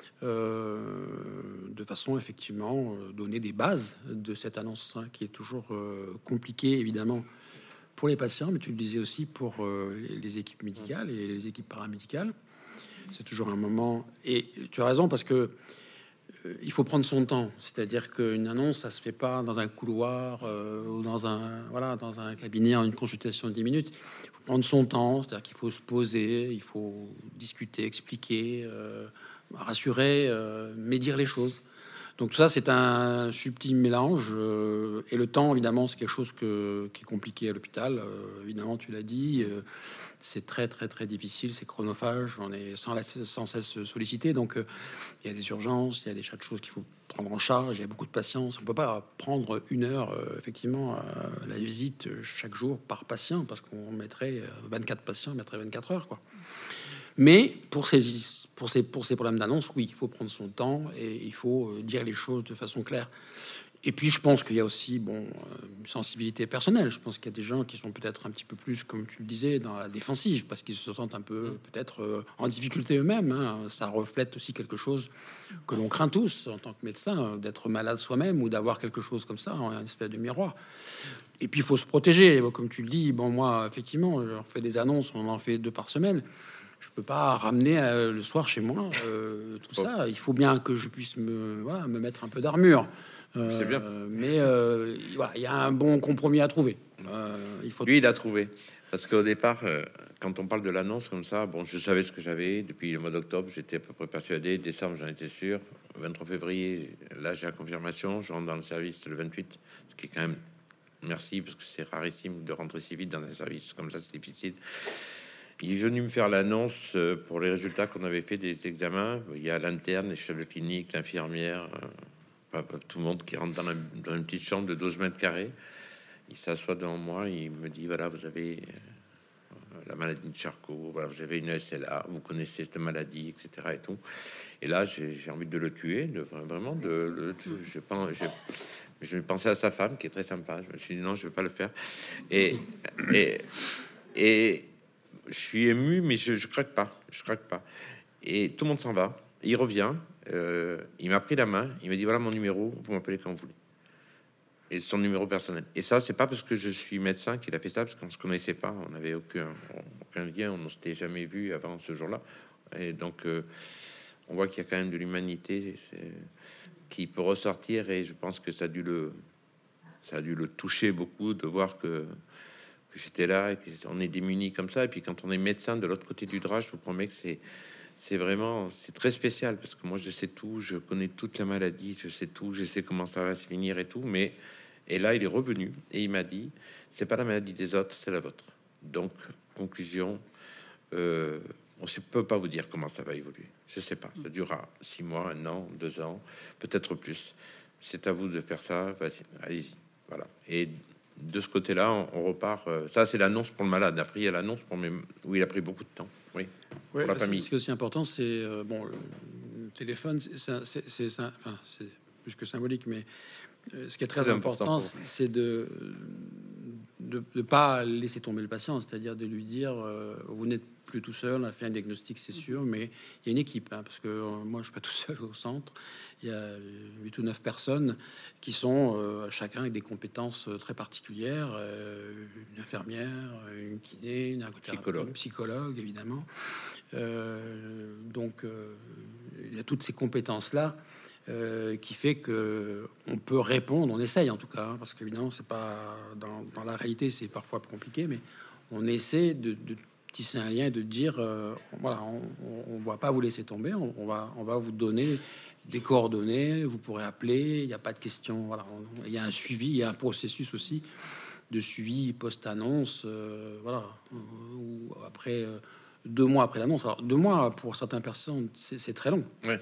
[SPEAKER 1] De façon effectivement donner des bases de cette annonce, hein, qui est toujours compliquée évidemment pour les patients, mais tu le disais aussi pour les équipes médicales et les équipes paramédicales. C'est toujours un moment, et tu as raison, parce que il faut prendre son temps. C'est-à-dire qu'une annonce, ça se fait pas dans un couloir ou dans un cabinet en une consultation de 10 minutes. Il faut prendre son temps, c'est-à-dire qu'il faut se poser, il faut discuter, expliquer, rassurer, médire les choses. Donc tout ça, c'est un subtil mélange. Et le temps, évidemment, c'est quelque chose qui est compliqué à l'hôpital. Évidemment, tu l'as dit, c'est très, très, très difficile. C'est chronophage. On est sans cesse sollicité. Donc, il y a des urgences, il y a des tas de choses qu'il faut prendre en charge. Il y a beaucoup de patience. On peut pas prendre 1 heure, effectivement, la visite chaque jour par patient, parce qu'on mettrait 24 patients, on mettrait 24 heures, quoi. Mais pour ces problèmes d'annonce, oui, il faut prendre son temps et il faut dire les choses de façon claire. Et puis, je pense qu'il y a aussi, une sensibilité personnelle. Je pense qu'il y a des gens qui sont peut-être un petit peu plus, comme tu le disais, dans la défensive, parce qu'ils se sentent un peu, peut-être, en difficulté eux-mêmes, hein. Ça reflète aussi quelque chose que l'on craint tous en tant que médecin, d'être malade soi-même ou d'avoir quelque chose comme ça, un espèce de miroir. Et puis, il faut se protéger. Comme tu le dis, moi, effectivement, on fait des annonces, on en fait 2 par semaine. Je peux pas ramener le soir chez moi tout ça. Il faut bien que je puisse me mettre un peu d'armure.
[SPEAKER 3] C'est bien.
[SPEAKER 1] Mais voilà, il y a un bon compromis à trouver.
[SPEAKER 3] Lui, il a trouvé. Parce qu'au départ, quand on parle de l'annonce comme ça, bon, je savais ce que j'avais depuis le mois d'octobre. J'étais à peu près persuadé. Décembre, j'en étais sûr. 23 février, là, j'ai la confirmation. Je rentre dans le service le 28, ce qui est quand même... Merci, parce que c'est rarissime de rentrer si vite dans un service comme ça, c'est difficile. Il est venu me faire l'annonce pour les résultats qu'on avait fait des examens. Il y a l'interne, les chefs de clinique, l'infirmière, tout le monde qui rentre dans une petite chambre de 12 mètres carrés. Il s'assoit devant moi, il me dit voilà, vous avez la maladie de Charcot, voilà, vous avez une SLA, vous connaissez cette maladie, etc. et tout. Et là, j'ai envie de le tuer, vraiment je pensais à sa femme qui est très sympa. Je me suis dit non, je vais pas le faire. Et et je suis ému, mais je craque pas, je craque pas. Et tout le monde s'en va. Il revient, il m'a pris la main, il m'a dit voilà mon numéro, vous m'appelez quand vous voulez. Et son numéro personnel. Et ça, c'est pas parce que je suis médecin qu'il a fait ça, parce qu'on se connaissait pas, on n'avait aucun lien, on ne s'était jamais vu avant ce jour-là. Et donc, on voit qu'il y a quand même de l'humanité qui peut ressortir, et je pense que ça a dû le toucher beaucoup de voir que j'étais là et qu'on est démunis comme ça. Et puis quand on est médecin de l'autre côté du drap, je vous promets que c'est vraiment, c'est très spécial, parce que moi je sais tout, je connais toute la maladie, je sais tout, je sais comment ça va se finir et tout. Mais et là il est revenu et il m'a dit c'est pas la maladie des autres, c'est la vôtre. Donc conclusion, on ne peut pas vous dire comment ça va évoluer, je sais pas, ça durera 6 mois, 1 an, 2 ans, peut-être plus. C'est à vous de faire ça, allez-y, voilà. Et de ce côté-là, on repart. Ça, c'est l'annonce pour le malade. Après, il y a l'annonce pour où il a pris beaucoup de temps. Oui, pour la famille.
[SPEAKER 1] Ce qui est aussi important, c'est bon, le téléphone, enfin, c'est plus que symbolique, mais ce qui est très important, c'est de ne pas laisser tomber le patient, c'est-à-dire de lui dire vous n'êtes plus tout seul, on a fait un diagnostic, c'est sûr, mais il y a une équipe, hein, parce que moi je suis pas tout seul au centre, il y a 8 ou 9 personnes qui sont chacun avec des compétences très particulières, une infirmière, une kiné, une ergothérapeute, un psychologue évidemment, donc il y a toutes ces compétences là qui fait que on peut répondre, on essaye en tout cas, hein, parce qu'évidemment c'est pas dans la réalité, c'est parfois compliqué, mais on essaie de tisser un lien et de dire voilà, on va pas vous laisser tomber, on va vous donner des coordonnées, vous pourrez appeler, il n'y a pas de question, voilà, il y a un suivi, il y a un processus aussi de suivi post-annonce, voilà, ou après 2 mois après l'annonce. Alors 2 mois pour certaines personnes, c'est très long.
[SPEAKER 3] Ouais.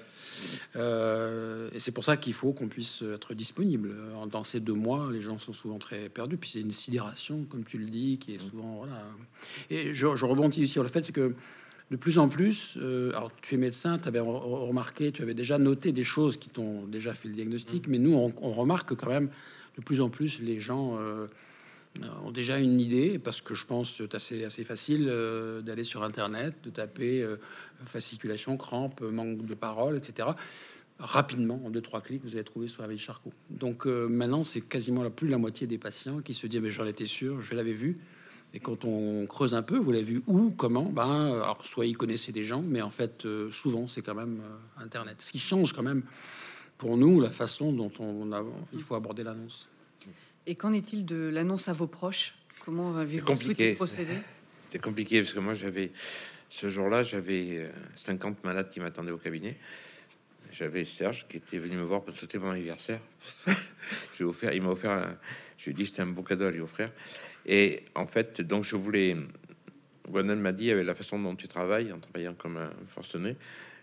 [SPEAKER 1] Et c'est pour ça qu'il faut qu'on puisse être disponible. Dans ces 2 mois, les gens sont souvent très perdus. Puis c'est une sidération, comme tu le dis, qui est souvent voilà. Et je rebondis sur le fait que de plus en plus, alors tu es médecin, tu avais remarqué, tu avais déjà noté des choses qui t'ont déjà fait le diagnostic, mais nous on remarque quand même de plus en plus les gens ont déjà une idée, parce que je pense que c'est assez facile d'aller sur internet, de taper fasciculation, crampe, manque de parole, etc. Rapidement, en 2-3 clics, vous allez trouver sur la maladie de Charcot. Donc maintenant, c'est quasiment plus de la moitié des patients qui se disent mais j'en étais sûr, je l'avais vu. Et quand on creuse un peu, vous l'avez vu où, comment, alors soit ils connaissaient des gens, mais en fait souvent c'est quand même internet, ce qui change quand même pour nous la façon dont il faut aborder l'annonce.
[SPEAKER 2] Et qu'en est-il de l'annonce à vos proches? Comment avez-vous souhaité procéder?
[SPEAKER 3] C'est compliqué, parce que moi, ce jour-là, j'avais 50 malades qui m'attendaient au cabinet. J'avais Serge qui était venu me voir pour souhaiter mon anniversaire. Il m'a offert, je lui ai dit c'était un beau cadeau à lui offrir. Et en fait, donc je voulais. Gwendal m'a dit avec la façon dont tu travailles, en travaillant comme un forcené,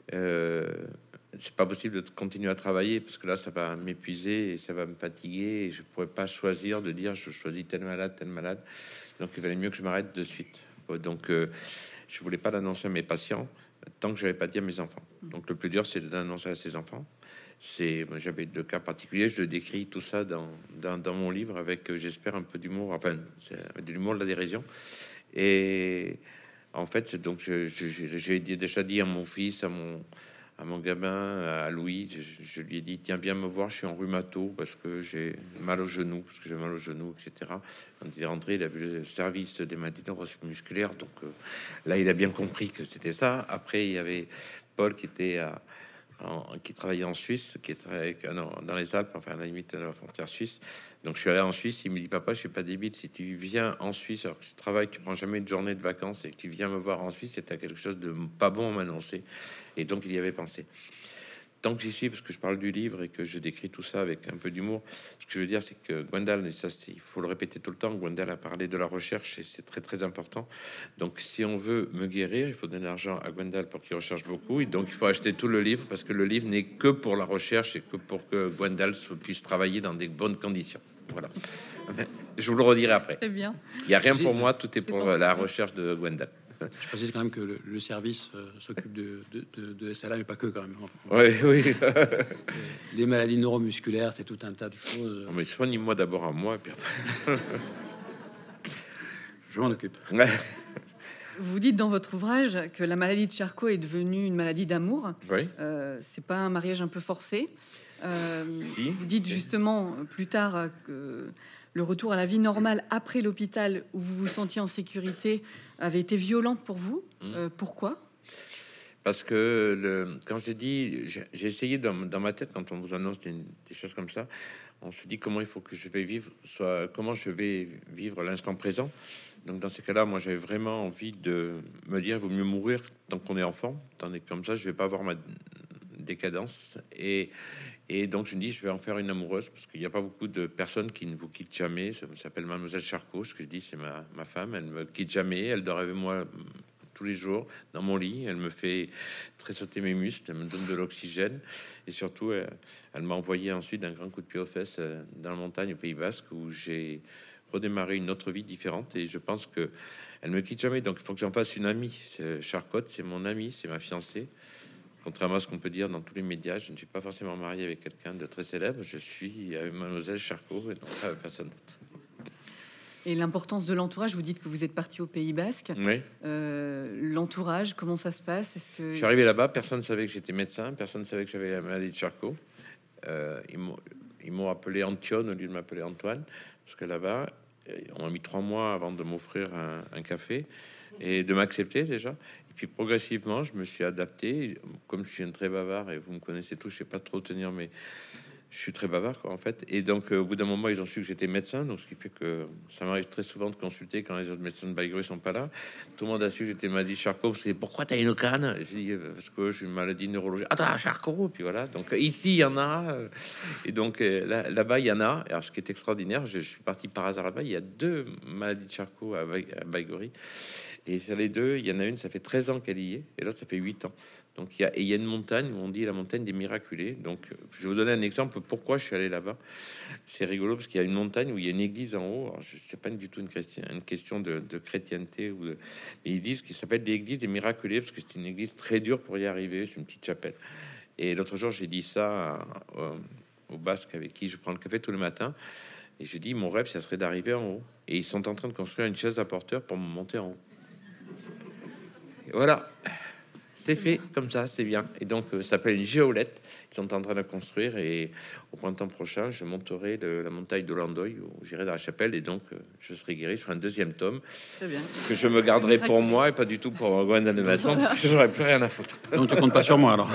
[SPEAKER 3] c'est pas possible de continuer à travailler, parce que là ça va m'épuiser et ça va me fatiguer, et je pourrais pas choisir de dire je choisis tel malade, donc il valait mieux que je m'arrête de suite. Donc je voulais pas l'annoncer à mes patients tant que j'avais pas dit à mes enfants. Donc le plus dur c'est d'annoncer à ses enfants. J'avais 2 cas particuliers, je décris tout ça dans mon livre avec j'espère un peu d'humour, enfin c'est de l'humour, de la dérision. Et en fait donc j'ai déjà dit à mon fils, à mon gamin, à Louis, je lui ai dit tiens, viens me voir, je suis en rhumato parce que j'ai mal au genou, etc. Quand il est rentré, il a vu le service des maladies musculaires, donc là il a bien compris que c'était ça. Après il y avait Paul qui était qui travaillait en Suisse, qui est dans les Alpes, enfin à la limite de la frontière suisse. Donc je suis allé en Suisse, il me dit papa, je suis pas débile, si tu viens en Suisse alors que tu travailles, tu prends jamais de journée de vacances et que tu viens me voir en Suisse, c'est quelque chose de pas bon à m'annoncer. Et donc il y avait pensé. tant que j'y suis, parce que je parle du livre et que je décris tout ça avec un peu d'humour, ce que je veux dire, c'est que Gwendal, et ça, il faut le répéter tout le temps, Gwendal a parlé de la recherche et c'est très très important. Donc, si on veut me guérir, il faut donner l'argent à Gwendal pour qu'il recherche beaucoup. Et donc, il faut acheter tout le livre parce que le livre n'est que pour la recherche et que pour que Gwendal puisse travailler dans des bonnes conditions. Voilà. Je vous le redirai après.
[SPEAKER 2] Très bien.
[SPEAKER 3] Il n'y a rien pour moi, tout est pour
[SPEAKER 2] pour
[SPEAKER 3] la recherche de Gwendal.
[SPEAKER 1] Je précise quand même que le service s'occupe de SLA, mais pas que quand même.
[SPEAKER 3] Oui, oui.
[SPEAKER 1] Les maladies neuromusculaires, c'est tout un tas de choses.
[SPEAKER 3] Non, mais soigne-moi d'abord à moi, et puis après.
[SPEAKER 1] Je m'en occupe.
[SPEAKER 3] Ouais.
[SPEAKER 2] Vous dites dans votre ouvrage que la maladie de Charcot est devenue une maladie d'amour.
[SPEAKER 3] Oui.
[SPEAKER 2] C'est pas un mariage un peu forcé.
[SPEAKER 3] Si.
[SPEAKER 2] Vous dites justement plus tard que le retour à la vie normale après l'hôpital où vous vous sentiez en sécurité avait été violent pour vous. Pourquoi?
[SPEAKER 3] Parce que quand j'ai dit, j'ai essayé dans ma tête, quand on vous annonce des choses comme ça, on se dit comment il faut que je vais vivre, comment je vais vivre l'instant présent. Donc dans ces cas-là, moi j'avais vraiment envie de me dire, il vaut mieux mourir tant qu'on est enfant, tandis que comme ça je vais pas avoir ma décadence. Et donc je me dis, je vais en faire une amoureuse, parce qu'il n'y a pas beaucoup de personnes qui ne vous quittent jamais. Ça s'appelle Mademoiselle Charcot, ce que je dis, c'est ma femme, elle me quitte jamais, elle dort avec moi tous les jours dans mon lit, elle me fait tressauter mes muscles, elle me donne de l'oxygène, et surtout elle m'a envoyé ensuite un grand coup de pied aux fesses dans la montagne au Pays Basque, où j'ai redémarré une autre vie différente, et je pense que elle me quitte jamais, donc il faut que j'en fasse une amie. Charcotte, c'est mon amie, c'est ma fiancée. Contrairement à ce qu'on peut dire dans tous les médias, je ne suis pas forcément marié avec quelqu'un de très célèbre, je suis avec Mademoiselle Charcot et non pas avec personne d'autre.
[SPEAKER 2] Et l'importance de l'entourage, vous dites que vous êtes parti au Pays Basque.
[SPEAKER 3] Oui.
[SPEAKER 2] L'entourage, comment ça se passe? Est-ce que...
[SPEAKER 3] Je suis arrivé là-bas, personne ne savait que j'étais médecin, personne ne savait que j'avais la maladie de Charcot. Ils m'ont appelé Antione au lieu de m'appeler Antoine, parce que là-bas, on a mis 3 mois avant de m'offrir un café et de m'accepter déjà. Et puis progressivement, je me suis adapté. Comme je suis un très bavard, et vous me connaissez tous, je sais pas trop tenir, mais je suis très bavard, quoi, en fait. Et donc, au bout d'un moment, ils ont su que j'étais médecin, donc ce qui fait que ça m'arrive très souvent de consulter quand les autres médecins de Baïgoré sont pas là. Tout le monde a su que j'étais maladie de Charcot. C'est pourquoi tu as une canne? J'ai dit parce que j'ai une maladie neurologique. Ah, t'as Charcot. Puis voilà. Donc ici, il y en a. Et donc là-bas, il y en a. Alors, ce qui est extraordinaire, je suis parti par hasard là-bas. Il y a 2 maladies de Charcot à Baïgoré. Et sur les 2, il y en a une, ça fait 13 ans qu'elle y est, et l'autre, ça fait 8 ans. Donc il y a une montagne où on dit la montagne des miraculés. Donc je vais vous donner un exemple pourquoi je suis allé là-bas. C'est rigolo parce qu'il y a une montagne où il y a une église en haut. Alors, je sais pas du tout une question de chrétienté ou de... Et ils disent qu'il s'appelle l'église des miraculés parce que c'est une église très dure pour y arriver. C'est une petite chapelle. Et l'autre jour, j'ai dit ça au Basque avec qui je prends le café tous les matins. Et je dis mon rêve, ça serait d'arriver en haut. Et ils sont en train de construire une chaise à porteur pour me monter en haut. Et voilà. C'est fait comme ça, c'est bien. Et donc, ça s'appelle une géolette. Ils sont en train de construire. Et au printemps prochain, je monterai la montagne de Landoy, où j'irai dans la chapelle. Et donc, je serai guéri sur un 2e tome.
[SPEAKER 2] Très bien.
[SPEAKER 3] Que je me garderai pour moi et pas du tout pour Gwendal de Maison, parce que j'aurais plus rien à foutre.
[SPEAKER 1] Donc, tu comptes pas sur moi, alors.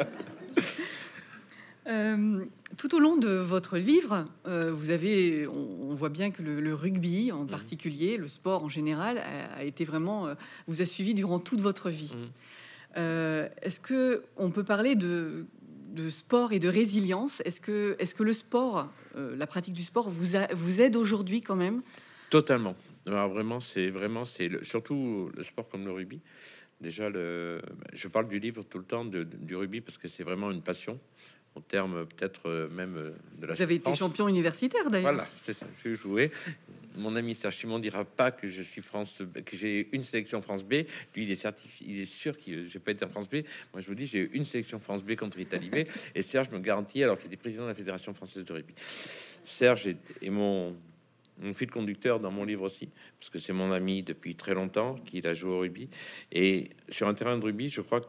[SPEAKER 2] Tout au long de votre livre, on voit bien que le rugby en particulier, le sport en général, a été vraiment, vous a suivi durant toute votre vie. Est-ce que on peut parler de sport et de résilience? Est-ce que le sport, la pratique du sport, vous aide aujourd'hui quand même?
[SPEAKER 3] Totalement. Alors vraiment, surtout le sport comme le rugby. Déjà, je parle du livre tout le temps du rugby parce que c'est vraiment une passion. Au terme peut-être même de la.
[SPEAKER 2] Vous avez été champion universitaire d'ailleurs.
[SPEAKER 3] Voilà, c'est ça. J'ai joué. Mon ami Serge Simon dira pas que je suis que j'ai une sélection France B. Lui, il est certifié, il est sûr que j'ai pas été en France B. Moi, je vous dis, j'ai une sélection France B contre Italie B. Et Serge me garantit, alors qu'il était président de la Fédération française de rugby. Serge est mon fil conducteur dans mon livre aussi, parce que c'est mon ami depuis très longtemps, qu'il a joué au rugby. Et sur un terrain de rugby, je crois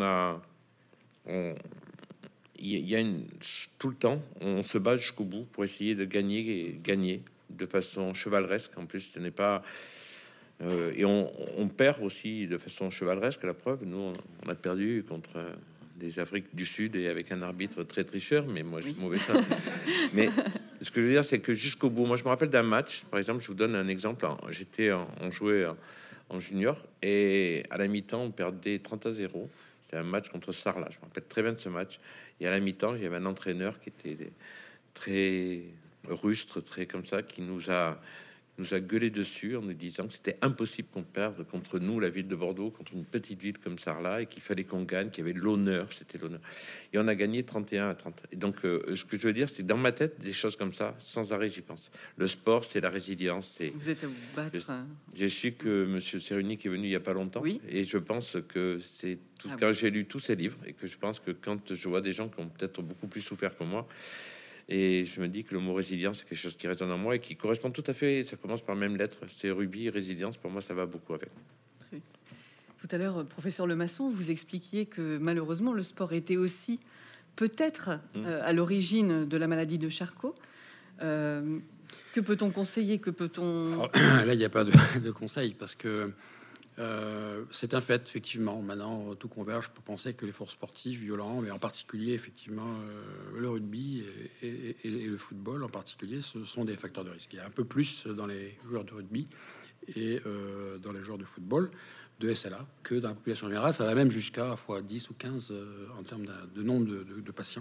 [SPEAKER 3] il y a tout le temps, on se bat jusqu'au bout pour essayer de gagner de façon chevaleresque. En plus, ce n'est pas et on perd aussi de façon chevaleresque. La preuve, nous, on a perdu contre des Afriques du Sud et avec un arbitre très tricheur. Mais moi, je suis mauvais ça. Mais ce que je veux dire, c'est que jusqu'au bout, moi, je me rappelle d'un match. Par exemple, je vous donne un exemple. On jouait en junior et à la mi-temps, on perdait 30-0. C'était un match contre Sarlat. Je me rappelle très bien de ce match. Et à la mi-temps, il y avait un entraîneur qui était très rustre, très comme ça, qui nous a gueulé dessus en nous disant que c'était impossible qu'on perde contre nous, la ville de Bordeaux, contre une petite ville comme Sarlat, et qu'il fallait qu'on gagne, qu'il y avait de l'honneur, c'était l'honneur. Et on a gagné 31-30. Et donc, ce que je veux dire, c'est que dans ma tête, des choses comme ça, sans arrêt, j'y pense. Le sport, c'est la résilience. C'est...
[SPEAKER 2] Vous êtes à vous battre.
[SPEAKER 3] J'ai su que Monsieur Céruny qui est venu il y a pas longtemps,
[SPEAKER 2] Oui.
[SPEAKER 3] et je pense que c'est tout.
[SPEAKER 2] Ah
[SPEAKER 3] Quand j'ai lu tous ces livres, et que je pense que quand je vois des gens qui ont peut-être beaucoup plus souffert que moi, et je me dis que le mot résilience, c'est quelque chose qui résonne en moi et qui correspond tout à fait. Ça commence par la même lettre. C'est rubis, résilience. Pour moi, ça va beaucoup avec.
[SPEAKER 2] Tout à l'heure, professeur Lemasson, vous expliquiez que malheureusement, le sport était aussi peut-être à l'origine de la maladie de Charcot. Que peut-on conseiller? Que peut-on...
[SPEAKER 1] Alors, là, il n'y a pas de conseil parce que c'est un fait, effectivement. Maintenant, tout converge pour penser que l'effort sportif violent, mais en particulier, effectivement, le rugby et le football en particulier, ce sont des facteurs de risque. Il y a un peu plus dans les joueurs de rugby et dans les joueurs de football, de SLA, que dans la population générale. Ça va même jusqu'à fois 10 ou 15 en termes de nombre de patients.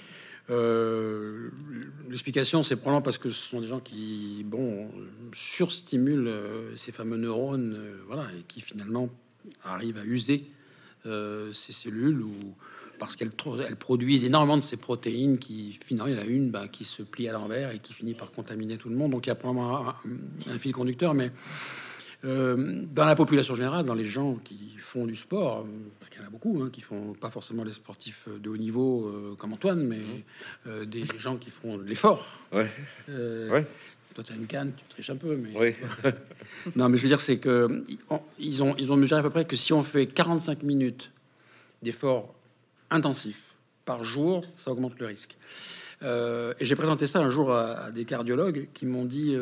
[SPEAKER 1] L'explication, c'est probablement parce que ce sont des gens qui, surstimulent ces fameux neurones, voilà, et qui finalement arrivent à user ces cellules, ou parce qu'elles produisent énormément de ces protéines qui, finalement, il y en a une qui se plie à l'envers et qui finit par contaminer tout le monde. Donc il y a probablement un fil conducteur, mais dans la population générale, dans les gens qui font du sport, parce qu'il y en a beaucoup qui font pas forcément les sportifs de haut niveau comme Antoine, mais des gens qui font de l'effort.
[SPEAKER 3] Ouais.
[SPEAKER 1] Toi, tu as une canne, tu triches un peu, mais
[SPEAKER 3] Oui.
[SPEAKER 1] non, mais je veux dire, c'est que ils ont mesuré à peu près que si on fait 45 minutes d'effort intensif par jour, ça augmente le risque. Et j'ai présenté ça un jour à des cardiologues qui m'ont dit,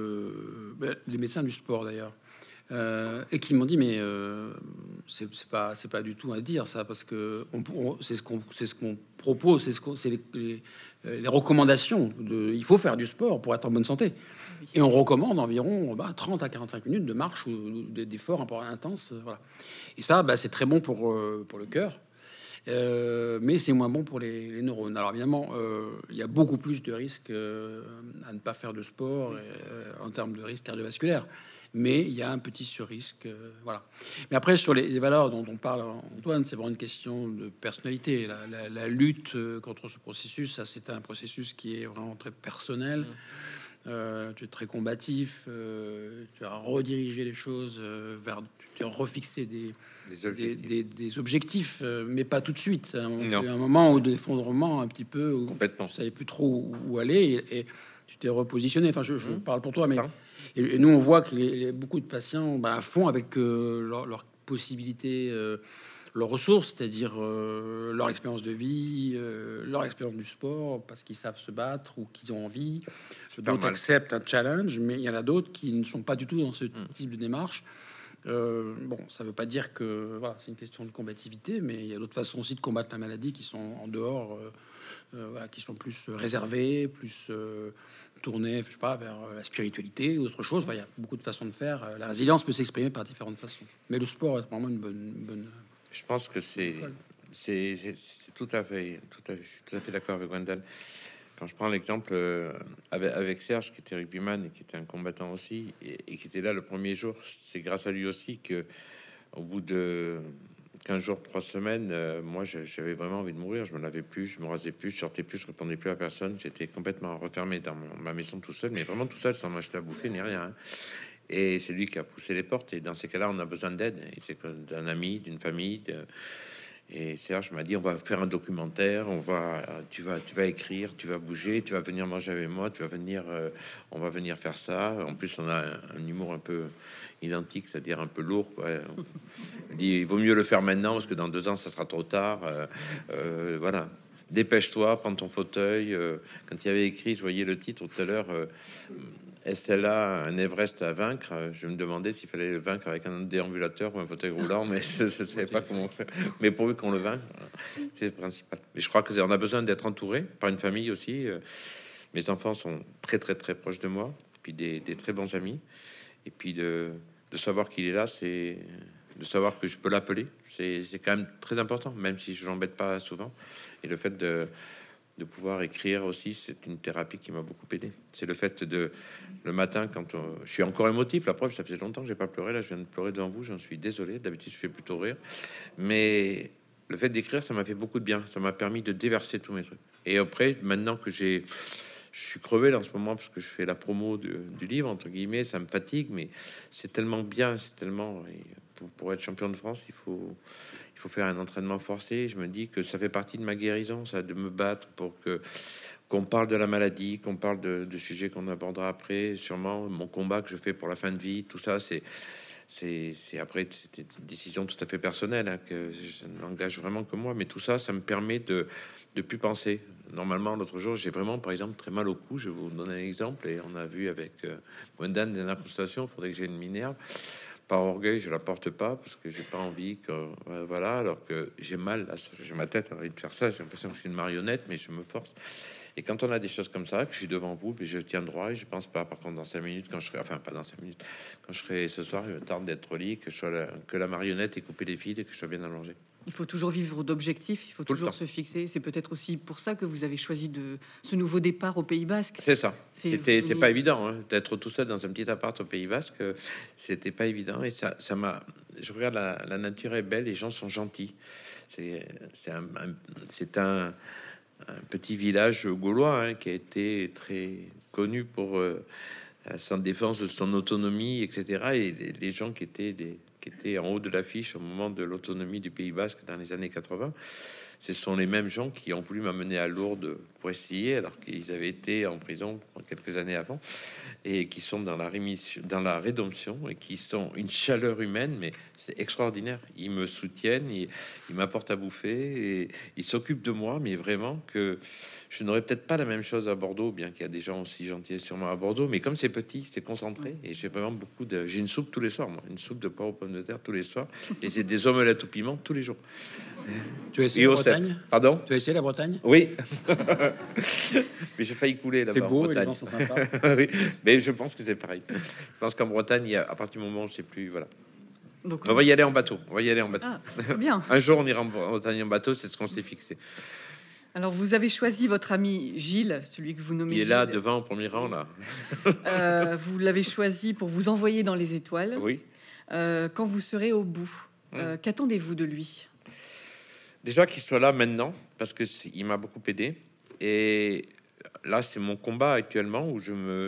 [SPEAKER 1] des médecins du sport d'ailleurs, et qui m'ont dit mais c'est pas du tout à dire ça, parce que c'est ce qu'on propose, c'est les recommandations il faut faire du sport pour être en bonne santé, et on recommande environ 30 à 45 minutes de marche ou d'effort un peu intense, voilà. Et ça, c'est très bon pour le cœur. Mais c'est moins bon pour les neurones. Alors évidemment, il y a beaucoup plus de risques à ne pas faire de sport en termes de risque cardiovasculaire, mais il y a un petit sur-risque, voilà. Mais après, sur les valeurs dont on parle, Antoine, c'est vraiment une question de personnalité. La lutte contre ce processus, ça, c'est un processus qui est vraiment très personnel. Tu es très combatif, tu as redirigé les choses tu as refixé des objectifs, mais pas tout de suite. Il y a un moment où d'effondrement un petit peu, où
[SPEAKER 3] Complètement.
[SPEAKER 1] tu savais plus trop où aller, et tu t'es repositionné. Enfin, je parle pour toi, mais
[SPEAKER 3] Ça.
[SPEAKER 1] et nous on voit que beaucoup de patients font avec leurs possibilités, leurs ressources, c'est-à-dire leur expérience de vie, leur expérience du sport, parce qu'ils savent se battre ou qu'ils ont envie. D'autres acceptent un challenge, mais il y en a d'autres qui ne sont pas du tout dans ce type de démarche. Ça veut pas dire que voilà, c'est une question de combativité, mais il y a d'autres façons aussi de combattre la maladie qui sont en dehors, qui sont plus réservées, plus tournées, je sais pas, vers la spiritualité ou autre chose. Enfin, il y a beaucoup de façons de faire. La résilience peut s'exprimer par différentes façons, mais le sport est vraiment une bonne.
[SPEAKER 3] Je pense que c'est tout à fait, je suis tout à fait d'accord avec Gwendal. Quand je prends l'exemple avec Serge, qui était rugbyman et qui était un combattant aussi, et qui était là le premier jour, c'est grâce à lui aussi que, au bout de 15 jours, 3 semaines, moi j'avais vraiment envie de mourir. Je me lavais plus, je me rasais plus, je sortais plus, je répondais plus à personne. J'étais complètement refermé dans ma maison tout seul, mais vraiment tout seul, sans m'acheter à bouffer ni rien. Et c'est lui qui a poussé les portes. Et dans ces cas-là, on a besoin d'aide. Et c'est d'un ami, d'une famille. Et Serge m'a dit, on va faire un documentaire, tu vas écrire, tu vas bouger, tu vas venir manger avec moi, on va venir faire ça. En plus, on a un humour un peu identique, c'est-à-dire un peu lourd, quoi. Il dit, il vaut mieux le faire maintenant parce que dans 2 ans, ça sera trop tard. Voilà. Dépêche-toi, prends ton fauteuil. Quand il y avait écrit, je voyais le titre tout à l'heure, SLA, un Everest à vaincre. Je me demandais s'il fallait le vaincre avec un déambulateur ou un fauteuil roulant, mais je ne savais pas comment faire. Mais pourvu qu'on le vainque, c'est le principal. Mais je crois qu'on a besoin d'être entouré par une famille aussi. Mes enfants sont très très très proches de moi, puis des très bons amis, et puis de savoir qu'il est là, c'est de savoir que je peux l'appeler, c'est quand même très important, même si je l'embête pas souvent. Et le fait de pouvoir écrire aussi, c'est une thérapie qui m'a beaucoup aidé. C'est le fait de le matin quand je suis encore émotif. La preuve, ça faisait longtemps que j'ai pas pleuré. Là, je viens de pleurer devant vous. J'en suis désolé. D'habitude, je fais plutôt rire, mais le fait d'écrire, ça m'a fait beaucoup de bien. Ça m'a permis de déverser tous mes trucs. Et après, maintenant que je suis crevé là en ce moment parce que je fais la promo du livre entre guillemets, ça me fatigue, mais c'est tellement bien, c'est tellement. Et pour être champion de France, il faut faire un entraînement forcé. Je me dis que ça fait partie de ma guérison, ça, de me battre pour que qu'on parle de la maladie, qu'on parle de sujets qu'on abordera après, sûrement mon combat que je fais pour la fin de vie, tout ça, c'est après c'est une décision tout à fait personnelle, hein, que je n'engage vraiment que moi, mais tout ça, ça me permet de plus penser. Normalement, l'autre jour, j'ai vraiment, par exemple, très mal au cou. Je vais vous donner un exemple, et on a vu avec Gwendan dans la consultation, il faudrait que j'ai une minerve. Par orgueil, je la porte pas parce que j'ai pas envie que voilà, alors que j'ai mal là, j'ai ma tête envie de faire ça, j'ai l'impression que je suis une marionnette, mais je me force. Et quand on a des choses comme ça, que je suis devant vous, puis je tiens droit et je pense pas. Par contre, dans 5 minutes, quand je serai, enfin pas dans 5 minutes, quand je serai ce soir, il me tarde d'être au lit, que je sois que la marionnette ait coupé les fils et que je sois bien allongé.
[SPEAKER 2] Il faut toujours vivre d'objectifs, il faut
[SPEAKER 3] Tout le
[SPEAKER 2] toujours
[SPEAKER 3] temps.
[SPEAKER 2] se fixer. C'est peut-être aussi pour ça que vous avez choisi ce nouveau départ au Pays Basque.
[SPEAKER 3] C'est ça. C'est pas
[SPEAKER 2] Oui.
[SPEAKER 3] évident hein, d'être tout seul dans un petit appart au Pays Basque. C'était pas évident et ça m'a. Je regarde la nature est belle, les gens sont gentils. C'est un petit village gaulois hein, qui a été très connu pour sa défense de son autonomie, etc. Et les gens qui étaient en haut de l'affiche au moment de l'autonomie du Pays Basque dans les années 80, ce sont les mêmes gens qui ont voulu m'amener à Lourdes pour essayer, alors qu'ils avaient été en prison quelques années avant, et qui sont dans la rémission, dans la rédemption, et qui sont une chaleur humaine, mais c'est extraordinaire. Ils me soutiennent, ils m'apportent à bouffer, et ils s'occupent de moi, mais vraiment que je n'aurais peut-être pas la même chose à Bordeaux, bien qu'il y a des gens aussi gentils sûrement à Bordeaux, mais comme c'est petit, c'est concentré, et j'ai vraiment beaucoup de... J'ai une soupe tous les soirs, moi, une soupe de porc aux pommes de terre tous les soirs, et c'est des omelettes au piment tous les jours.
[SPEAKER 1] Tu as essayé la Bretagne?
[SPEAKER 3] Pardon?
[SPEAKER 1] Tu as essayé la Bretagne?
[SPEAKER 3] Oui. Mais j'ai failli couler là-bas.
[SPEAKER 1] C'est beau,
[SPEAKER 3] en
[SPEAKER 1] et les
[SPEAKER 3] Bretagne.
[SPEAKER 1] gens sont sympas.
[SPEAKER 3] Oui, mais je pense que c'est pareil. Je pense qu'en Bretagne, à partir du moment où c'est plus... Voilà.
[SPEAKER 2] Donc,
[SPEAKER 3] On va y aller en bateau. On va y aller en bateau.
[SPEAKER 2] Ah, très bien.
[SPEAKER 3] Un jour, on ira en Bretagne en bateau, c'est ce qu'on s'est fixé.
[SPEAKER 2] Alors, vous avez choisi votre ami Gilles, celui que vous nommez
[SPEAKER 3] Il est
[SPEAKER 2] Gilles.
[SPEAKER 3] là, devant, au premier rang, là.
[SPEAKER 2] Vous l'avez choisi pour vous envoyer dans les étoiles.
[SPEAKER 3] Oui.
[SPEAKER 2] Quand vous serez au bout, qu'attendez-vous de lui?
[SPEAKER 3] Déjà qu'il soit là maintenant, parce que il m'a beaucoup aidé. Et là, c'est mon combat actuellement où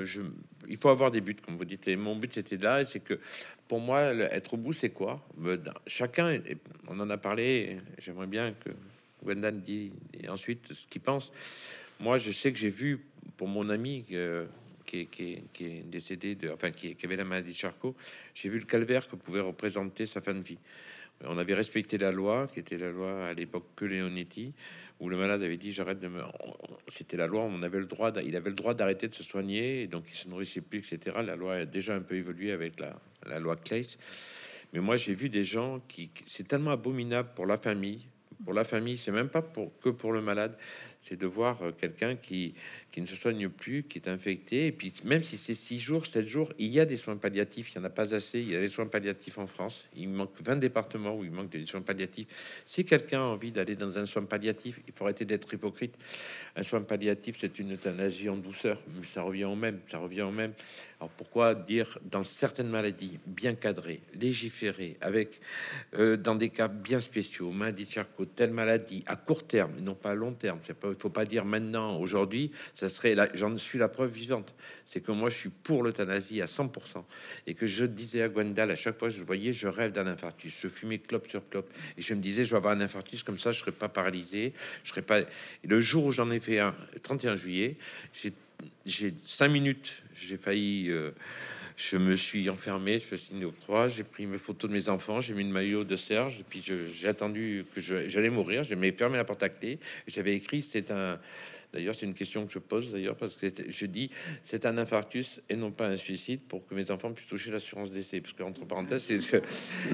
[SPEAKER 3] il faut avoir des buts, comme vous dites. Et mon but, c'était là, et c'est que pour moi, être au bout, c'est quoi? Chacun, on en a parlé. J'aimerais bien que Gwendan dit et ensuite ce qu'il pense. Moi, je sais que j'ai vu pour mon ami qui est décédé, qui avait la maladie de Charcot, j'ai vu le calvaire que pouvait représenter sa fin de vie. On avait respecté la loi, qui était la loi à l'époque que Leonetti, où le malade avait dit j'arrête de me. C'était la loi, on avait le droit, il avait le droit d'arrêter de se soigner, et donc il se nourrissait plus, etc. La loi a déjà un peu évolué avec la loi Claes. Mais moi j'ai vu des gens c'est tellement abominable pour la famille. Pour la famille, c'est même pas que pour le malade, c'est de voir quelqu'un qui ne se soigne plus, qui est infecté. Et puis, même si c'est 6 jours, 7 jours, il y a des soins palliatifs. Il n'y en a pas assez. Il y a des soins palliatifs en France. Il manque 20 départements où il manque des soins palliatifs. Si quelqu'un a envie d'aller dans un soin palliatif, il faut arrêter d'être hypocrite. Un soin palliatif, c'est une euthanasie en douceur. Mais ça revient au même. Ça revient au même. Alors pourquoi dire dans certaines maladies bien cadrées, légiférées, avec dans des cas bien spéciaux, maladie de Charcot, telle maladie à court terme, et non pas à long terme. Il faut pas dire maintenant, aujourd'hui, ça serait là. J'en suis la preuve vivante. C'est que moi, je suis pour l'euthanasie à 100%, et que je disais à Gwendal à chaque fois, je le voyais, je rêve d'un infarctus. Je fumais clope sur clope, et je me disais, je vais avoir un infarctus comme ça, je serai pas paralysé, je serai pas. Et le jour où j'en ai fait un, 31 juillet, j'ai 5 minutes, j'ai failli. Je me suis enfermé, je me suis mis au croix, j'ai pris mes photos de mes enfants, j'ai mis le maillot de Serge, et puis j'ai attendu que j'allais mourir, j'ai fermé la porte à clé, et j'avais écrit, d'ailleurs, c'est une question que je pose d'ailleurs, parce que je dis, c'est un infarctus et non pas un suicide, pour que mes enfants puissent toucher l'assurance décès, parce qu'entre parenthèses, c'est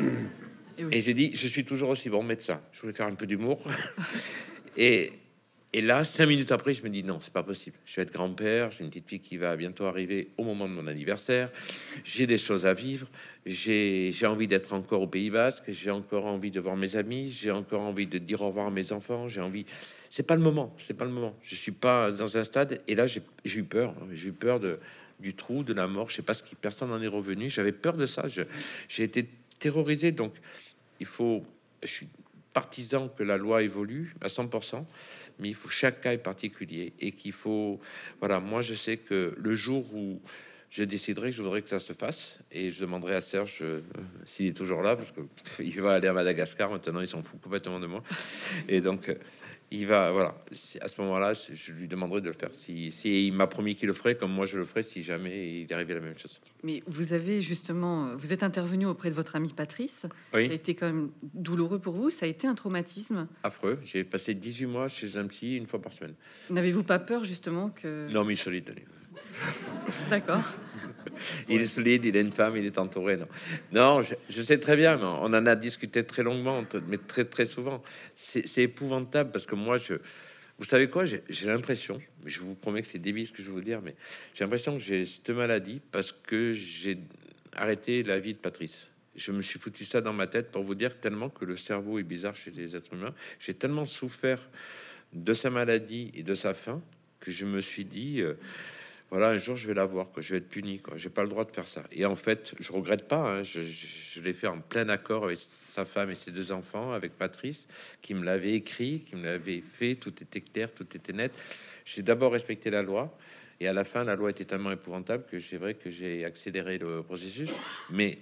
[SPEAKER 3] et j'ai dit, je suis toujours aussi bon médecin. Je voulais faire un peu d'humour. Et Et là, 5 minutes après, je me dis non, c'est pas possible. Je vais être grand-père, j'ai une petite fille qui va bientôt arriver au moment de mon anniversaire. J'ai des choses à vivre. J'ai envie d'être encore au Pays Basque. J'ai encore envie de voir mes amis. J'ai encore envie de dire au revoir à mes enfants. J'ai envie. C'est pas le moment. C'est pas le moment. Je suis pas dans un stade. Et là, j'ai eu peur. J'ai eu peur du trou, de la mort. Je sais pas ce qui. Personne n'en est revenu. J'avais peur de ça. J'ai été terrorisé. Donc, il faut. Je suis partisan que la loi évolue à 100%. Mais il faut chaque cas est particulier et qu'il faut, voilà, moi je sais que le jour où je déciderai que je voudrais que ça se fasse et je demanderai à Serge s'il est toujours là parce que il va aller à Madagascar maintenant, il s'en fout complètement de moi et donc il va, voilà, à ce moment-là, je lui demanderai de le faire. Si il m'a promis qu'il le ferait, comme moi je le ferai, si jamais il arrivait la même chose.
[SPEAKER 2] Mais vous avez justement, vous êtes intervenu auprès de votre ami Patrice.
[SPEAKER 3] Oui.
[SPEAKER 2] Ça a été quand même douloureux pour vous. Ça a été un traumatisme.
[SPEAKER 3] Affreux. J'ai passé 18 mois chez un psy une fois par semaine.
[SPEAKER 2] N'avez-vous pas peur justement que...
[SPEAKER 3] Non, mais il est solide.
[SPEAKER 2] D'accord.
[SPEAKER 3] Il est solide, il a une femme, il est entouré. Non, je sais très bien, mais on en a discuté très longuement, mais très très souvent. C'est épouvantable parce que moi, vous savez quoi, j'ai l'impression, mais je vous promets que c'est débile ce que je vais vous dire, mais j'ai l'impression que j'ai cette maladie parce que j'ai arrêté la vie de Patrice. Je me suis foutu ça dans ma tête pour vous dire tellement que le cerveau est bizarre chez les êtres humains. J'ai tellement souffert de sa maladie et de sa fin que je me suis dit... voilà, un jour je vais l'avoir, quoi. Je vais être puni, quoi. J'ai pas le droit de faire ça. Et en fait, je regrette pas. Hein. Je l'ai fait en plein accord avec sa femme et ses 2 enfants, avec Patrice, qui me l'avait écrit, qui me l'avait fait. Tout était clair, tout était net. J'ai d'abord respecté la loi, et à la fin, la loi était tellement épouvantable que c'est vrai que j'ai accéléré le processus. Mais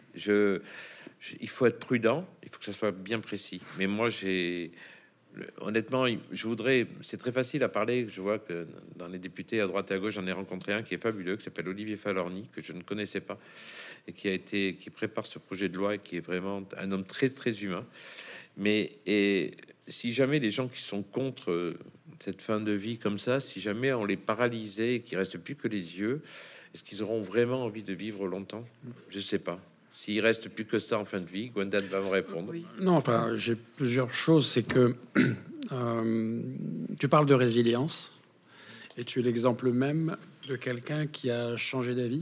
[SPEAKER 3] il faut être prudent. Il faut que ça soit bien précis. Mais moi, honnêtement, je voudrais. C'est très facile à parler. Je vois que dans les députés à droite et à gauche, j'en ai rencontré un qui est fabuleux, qui s'appelle Olivier Falorni, que je ne connaissais pas et qui prépare ce projet de loi et qui est vraiment un homme très très humain. Et si jamais les gens qui sont contre cette fin de vie comme ça, si jamais on les paralysait et qu'il reste plus que les yeux, est-ce qu'ils auront vraiment envie de vivre longtemps? Je sais pas. S'il reste plus que ça en fin de vie, Gwendal va me répondre.
[SPEAKER 2] Oui.
[SPEAKER 1] Non, enfin, j'ai plusieurs choses. C'est que tu parles de résilience et tu es l'exemple même de quelqu'un qui a changé d'avis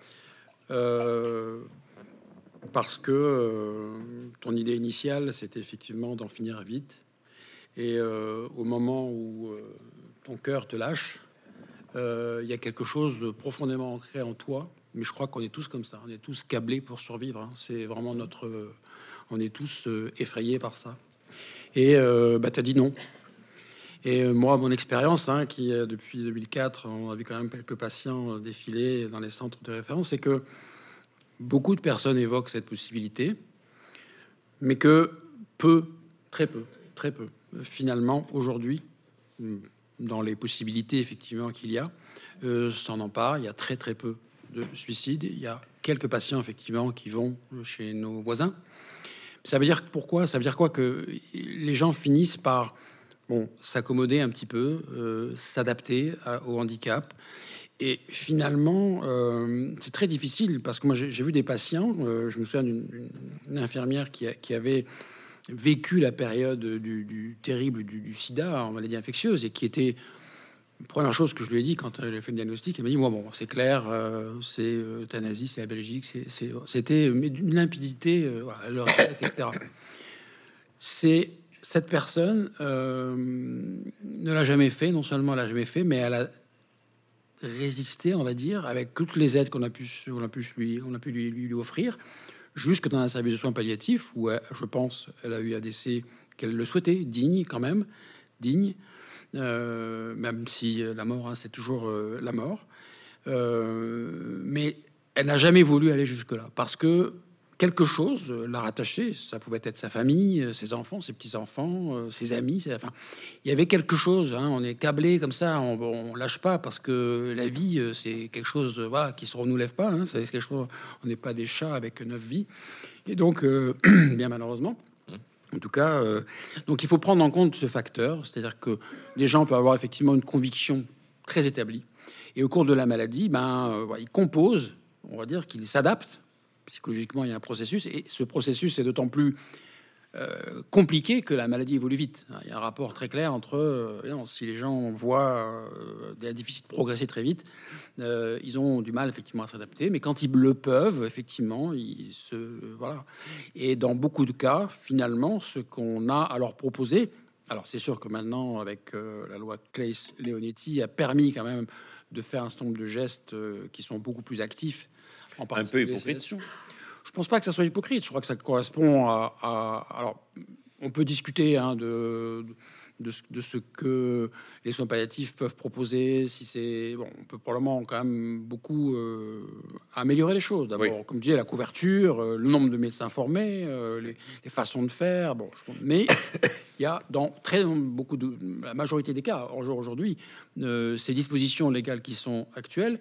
[SPEAKER 1] parce que ton idée initiale, c'était effectivement d'en finir vite. Et au moment où ton cœur te lâche, il y a quelque chose de profondément ancré en toi. Mais je crois qu'on est tous comme ça. On est tous câblés pour survivre. Hein. C'est vraiment notre... on est tous effrayés par ça. Et tu as dit non. Et moi, mon expérience, hein, qui depuis 2004, on a vu quand même quelques patients défiler dans les centres de référence, c'est que beaucoup de personnes évoquent cette possibilité, mais que très peu, finalement, aujourd'hui, dans les possibilités effectivement qu'il y a, s'en emparent. Il y a très peu de suicides. Il y a quelques patients effectivement qui vont chez nos voisins. Ça veut dire pourquoi? Ça veut dire quoi? Que les gens finissent par s'accommoder un petit peu, s'adapter au handicap. Et finalement, c'est très difficile parce que moi j'ai vu des patients. Je me souviens d'une infirmière qui avait vécu la période du terrible du sida en maladie infectieuse et qui était... Première chose que je lui ai dit quand elle a fait le diagnostic, elle m'a dit moi c'est clair, c'est euthanasie, c'est la Belgique, c'était mais d'une limpidité, voilà, leur tête, etc. C'est cette personne ne l'a jamais fait, non seulement elle l'a jamais fait, mais elle a résisté, on va dire, avec toutes les aides qu'on a pu lui offrir, jusque dans un service de soins palliatifs où je pense elle a eu un décès qu'elle le souhaitait, digne quand même, digne. Même si la mort, hein, c'est toujours la mort. Mais elle n'a jamais voulu aller jusque-là parce que quelque chose l'a rattaché. Ça pouvait être sa famille, ses enfants, ses petits-enfants, ses amis. Enfin, il y avait quelque chose. Hein, on est câblé comme ça, on lâche pas parce que la vie, c'est quelque chose voilà, qui se renouvelle pas. Hein, c'est quelque chose. On n'est pas des chats avec 9 vies. Et donc, bien malheureusement. En tout cas, donc il faut prendre en compte ce facteur, c'est-à-dire que des gens peuvent avoir effectivement une conviction très établie, et au cours de la maladie, ils composent, on va dire qu'ils s'adaptent. Psychologiquement, il y a un processus, et ce processus est d'autant plus
[SPEAKER 4] compliqué que la maladie évolue vite. Il y a un rapport très clair entre si les gens voient des déficits progresser très vite, ils ont du mal effectivement à s'adapter, mais quand ils le peuvent, effectivement, voilà. Et dans beaucoup de cas, finalement, ce qu'on a à leur proposer, alors c'est sûr que maintenant, avec la loi Claes-Leonetti, a permis quand même de faire un certain nombre de gestes qui sont beaucoup plus actifs, en
[SPEAKER 3] Un peu
[SPEAKER 4] particulier
[SPEAKER 3] hypocrite.
[SPEAKER 4] je pense pas que ça soit hypocrite. Je crois que ça correspond alors, on peut discuter de ce que les soins palliatifs peuvent proposer. Si c'est bon, on peut probablement quand même beaucoup améliorer les choses. D'abord,
[SPEAKER 3] Oui.
[SPEAKER 4] comme je disais, la couverture, le nombre de médecins formés, les façons de faire. Bon, mais il y a dans beaucoup de la majorité des cas aujourd'hui, ces dispositions légales qui sont actuelles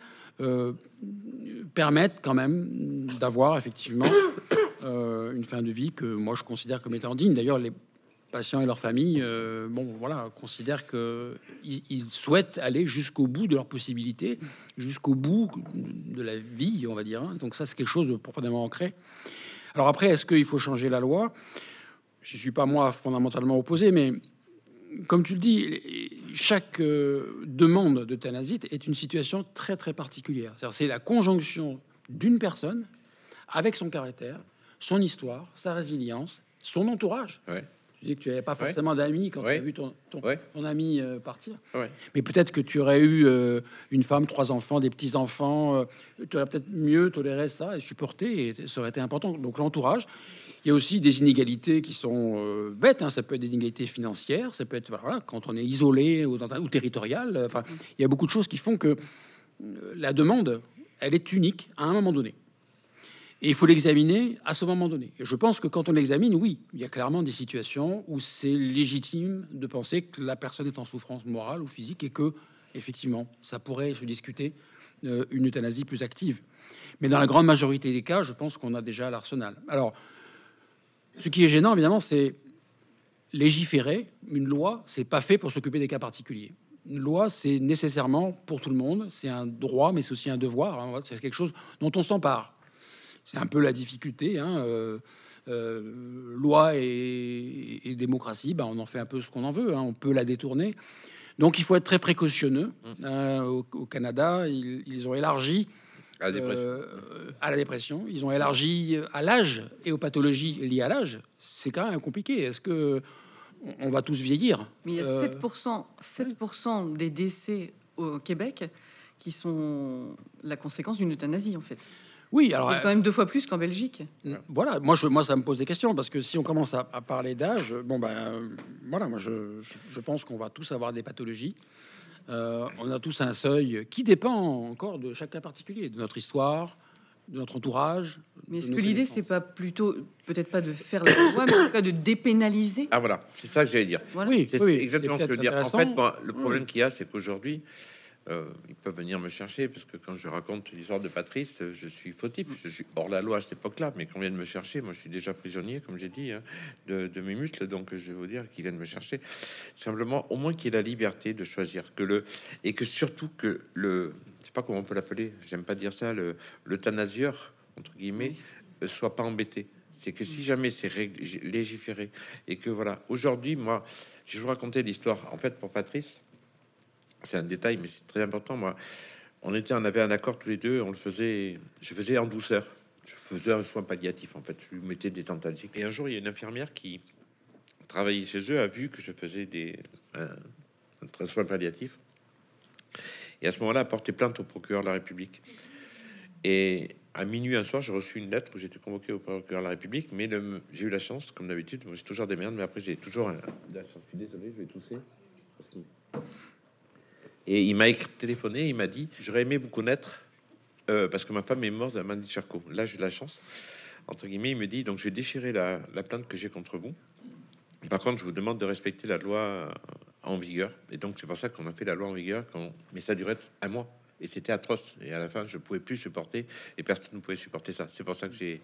[SPEAKER 4] permettent quand même d'avoir effectivement une fin de vie que moi je considère comme étant digne. D'ailleurs, les patients et leurs familles, considèrent que ils souhaitent aller jusqu'au bout de leurs possibilités, jusqu'au bout de la vie, on va dire. Donc ça, c'est quelque chose de profondément ancré. Alors après, est-ce qu'il faut changer la loi? Je suis pas moi fondamentalement opposé, mais comme tu le dis, chaque demande d'euthanasie est une situation très très particulière. C'est la conjonction d'une personne avec son caractère, son histoire, sa résilience, son entourage.
[SPEAKER 3] Ouais.
[SPEAKER 4] Tu dis que tu n'avais pas forcément d'amis quand tu as vu ton ami partir.
[SPEAKER 3] Ouais.
[SPEAKER 4] Mais peut-être que tu aurais eu une femme, 3 enfants, des petits-enfants. Tu aurais peut-être mieux toléré ça et supporté, et ça aurait été important. Donc l'entourage. Il y a aussi des inégalités qui sont bêtes. Ça peut être des inégalités financières, ça peut être quand on est isolé ou territorial. Enfin, il y a beaucoup de choses qui font que la demande, elle est unique à un moment donné. Et il faut l'examiner à ce moment donné. Et je pense que quand on l'examine, oui, il y a clairement des situations où c'est légitime de penser que la personne est en souffrance morale ou physique et que, effectivement, ça pourrait se discuter une euthanasie plus active. Mais dans la grande majorité des cas, je pense qu'on a déjà l'arsenal. Alors, ce qui est gênant, évidemment, c'est légiférer. Une loi, c'est pas fait pour s'occuper des cas particuliers. Une loi, c'est nécessairement pour tout le monde. C'est un droit, mais c'est aussi un devoir. C'est quelque chose dont on s'empare. C'est un peu la difficulté. Loi et démocratie, on en fait un peu ce qu'on en veut. On peut la détourner. Donc, il faut être très précautionneux. Au Canada, ils ont élargi à la dépression. Ils ont élargi à l'âge et aux pathologies liées à l'âge. C'est quand même compliqué. Est-ce que on va tous vieillir?
[SPEAKER 2] Mais il y a 7% des décès au Québec qui sont la conséquence d'une euthanasie, en fait.
[SPEAKER 4] Oui, alors
[SPEAKER 2] c'est quand même 2 fois plus qu'en Belgique.
[SPEAKER 4] Voilà, moi ça me pose des questions parce que si on commence à parler d'âge, moi je pense qu'on va tous avoir des pathologies. On a tous un seuil qui dépend encore de chaque cas particulier, de notre histoire, de notre entourage.
[SPEAKER 2] Mais est-ce que l'idée, c'est pas plutôt, peut-être pas de faire la loi, mais en tout cas de dépénaliser?
[SPEAKER 3] Ah voilà, c'est ça que j'allais dire.
[SPEAKER 2] Voilà.
[SPEAKER 4] Oui,
[SPEAKER 3] c'est exactement ce que je veux dire. En fait, moi, le problème qu'il y a, c'est qu'aujourd'hui, ils peuvent venir me chercher parce que quand je raconte l'histoire de Patrice, je suis fautif, je suis hors la loi à cette époque-là. Mais quand on vient de me chercher, moi, je suis déjà prisonnier, comme j'ai dit, de mes muscles. Donc, je vais vous dire qu'ils viennent me chercher. Simplement, au moins qu'il y ait la liberté de choisir, et que surtout que je sais pas comment on peut l'appeler, j'aime pas dire ça, l'euthanasieur entre guillemets, soit pas embêté. C'est que si jamais c'est légiféré et que voilà, aujourd'hui, moi, je vous racontais l'histoire. En fait, pour Patrice. C'est un détail, mais c'est très important. Moi, on avait un accord tous les deux. Je faisais en douceur. Je faisais un soin palliatif. En fait, je lui mettais des antalgiques. Et un jour, il y a une infirmière qui travaillait chez eux, a vu que je faisais un soin palliatif. Et à ce moment-là, a porté plainte au procureur de la République. Et à minuit un soir, j'ai reçu une lettre où j'étais convoqué au procureur de la République. Mais j'ai eu la chance, comme d'habitude. Moi, j'ai toujours des merdes, mais après, j'ai toujours un. Je suis désolé, je vais tousser. Et il m'a téléphoné, il m'a dit « J'aurais aimé vous connaître parce que ma femme est morte de la maladie de Charcot. » Là, j'ai de la chance, entre guillemets. Il me dit « Donc, je vais déchirer la plainte que j'ai contre vous. Par contre, je vous demande de respecter la loi en vigueur. » Et donc, c'est pour ça qu'on a fait la loi en vigueur. Mais ça durait un mois. Et c'était atroce. Et à la fin, je pouvais plus supporter. Et personne ne pouvait supporter ça. C'est pour ça que j'ai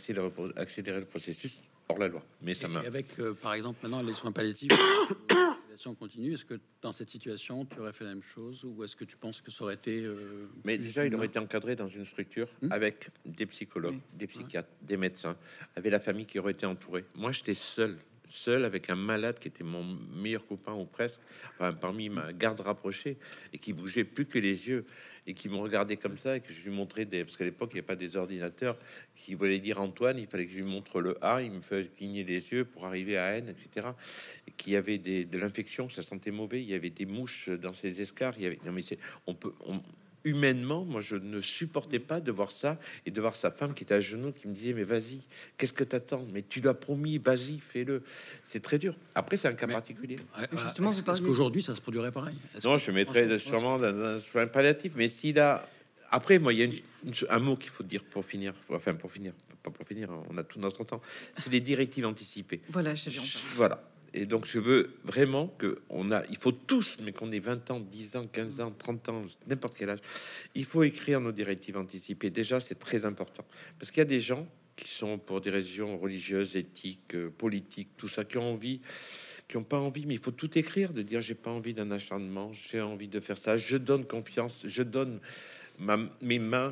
[SPEAKER 3] accéléré le processus hors la loi. Mais ça m'a...
[SPEAKER 4] Avec, par exemple, maintenant, les soins palliatifs... situation continue. Est-ce que dans cette situation, tu aurais fait la même chose ou est-ce que tu penses que ça aurait été
[SPEAKER 3] Mais
[SPEAKER 4] plus
[SPEAKER 3] déjà, il
[SPEAKER 4] humain?
[SPEAKER 3] aurait été encadré dans une structure avec des psychologues,
[SPEAKER 2] Oui.
[SPEAKER 3] des psychiatres, des médecins, avec la famille qui aurait été entourée. Moi, j'étais seul avec un malade qui était mon meilleur copain ou presque, enfin, parmi ma garde rapprochée, et qui bougeait plus que les yeux et qui me regardait comme ça et que je lui montrais des, parce qu'à l'époque il n'y a pas des ordinateurs qui voulaient dire Antoine, il fallait que je lui montre le A, il me fait cligner les yeux pour arriver à N, etc. Et qu'il y avait de l'infection, ça sentait mauvais, il y avait des mouches dans ses escarres, il y avait, non mais c'est, humainement, moi, je ne supportais pas de voir ça et de voir sa femme qui était à genoux, qui me disait, mais vas-y, qu'est-ce que t'attends? Mais tu l'as promis, vas-y, fais-le. C'est très dur. Après, c'est un cas particulier.
[SPEAKER 4] Ouais,
[SPEAKER 2] Justement,
[SPEAKER 4] voilà.
[SPEAKER 2] vous
[SPEAKER 4] Est-ce
[SPEAKER 2] parliez-
[SPEAKER 4] qu'aujourd'hui, ça se produirait pareil?
[SPEAKER 3] Non, je mettrais sûrement dans un soin palliatif, mais s'il a... Après, moi, il y a un mot qu'il faut dire pour finir. Enfin, pour finir, pas pour finir, on a tout notre temps. C'est les directives anticipées.
[SPEAKER 2] Voilà, j'allais en parler.
[SPEAKER 3] Voilà. Et donc, je veux vraiment il faut tous, mais qu'on ait 20 ans, 10 ans, 15 ans, 30 ans, n'importe quel âge, il faut écrire nos directives anticipées. Déjà, c'est très important. Parce qu'il y a des gens qui sont pour des raisons religieuses, éthiques, politiques, tout ça, qui ont envie, qui n'ont pas envie, mais il faut tout écrire, de dire, j'ai pas envie d'un acharnement, j'ai envie de faire ça, je donne confiance, je donne mes mains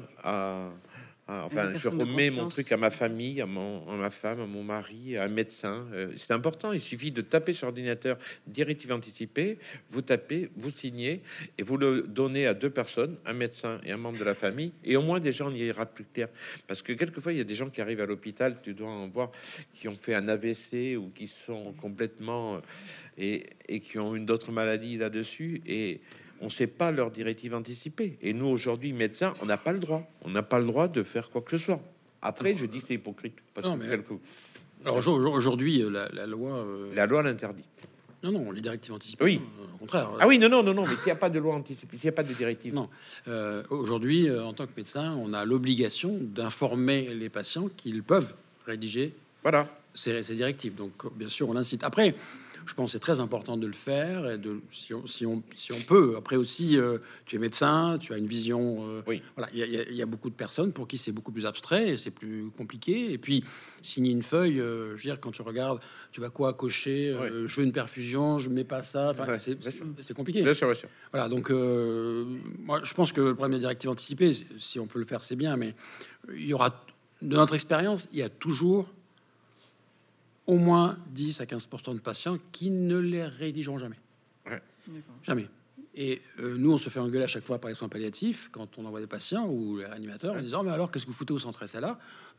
[SPEAKER 3] enfin, je
[SPEAKER 2] personne de
[SPEAKER 3] remets mon
[SPEAKER 2] confiance.
[SPEAKER 3] truc à ma famille, à ma femme, à mon mari, à un médecin. C'est important. Il suffit de taper sur ordinateur directive anticipée, vous tapez, vous signez et vous le donnez à deux personnes, un médecin et un membre de la famille. Et au moins, déjà, on y ira plus clair. Parce que quelquefois, il y a des gens qui arrivent à l'hôpital, tu dois en voir, qui ont fait un AVC ou qui sont complètement et qui ont une d'autres maladies là-dessus. Et on ne sait pas leur directive anticipée. Et nous, aujourd'hui, médecins, on n'a pas le droit. On n'a pas le droit de faire quoi que ce soit. Après, je dis que c'est hypocrite. Parce
[SPEAKER 4] Non,
[SPEAKER 3] que
[SPEAKER 4] mais- Alors aujourd'hui, la loi...
[SPEAKER 3] la loi l'interdit.
[SPEAKER 4] Non, les directives anticipées.
[SPEAKER 3] Oui.
[SPEAKER 4] Au contraire.
[SPEAKER 3] Ah oui, non, mais s'il n'y a pas de loi anticipée, s'il n'y a pas de directive.
[SPEAKER 4] Non. Aujourd'hui, en tant que médecin, on a l'obligation d'informer les patients qu'ils peuvent rédiger
[SPEAKER 3] Voilà.
[SPEAKER 4] ces directives. Donc, bien sûr, on incite. Après, je pense que c'est très important de le faire et si on peut. Après aussi, tu es médecin, tu as une vision.
[SPEAKER 3] Oui.
[SPEAKER 4] Voilà, il y a beaucoup de personnes pour qui c'est beaucoup plus abstrait et c'est plus compliqué. Et puis, signer une feuille, je veux dire, quand tu regardes, tu vas quoi cocher
[SPEAKER 3] Ouais.
[SPEAKER 4] je veux une perfusion, je mets pas ça. Enfin,
[SPEAKER 3] Ouais,
[SPEAKER 4] c'est-
[SPEAKER 3] bien sûr.
[SPEAKER 4] c'est compliqué.
[SPEAKER 3] Bien sûr, bien sûr.
[SPEAKER 4] Voilà, donc moi je pense que le problème des directives anticipées, si on peut le faire, c'est bien, mais il y aura, de notre expérience, il y a toujours au moins 10 à 15% de patients qui ne les rédigeront jamais.
[SPEAKER 2] D'accord.
[SPEAKER 4] Jamais. Et nous, on se fait engueuler à chaque fois par les soins palliatifs quand on envoie des patients ou les réanimateurs en disant mais alors qu'est-ce que vous foutez au centre SLA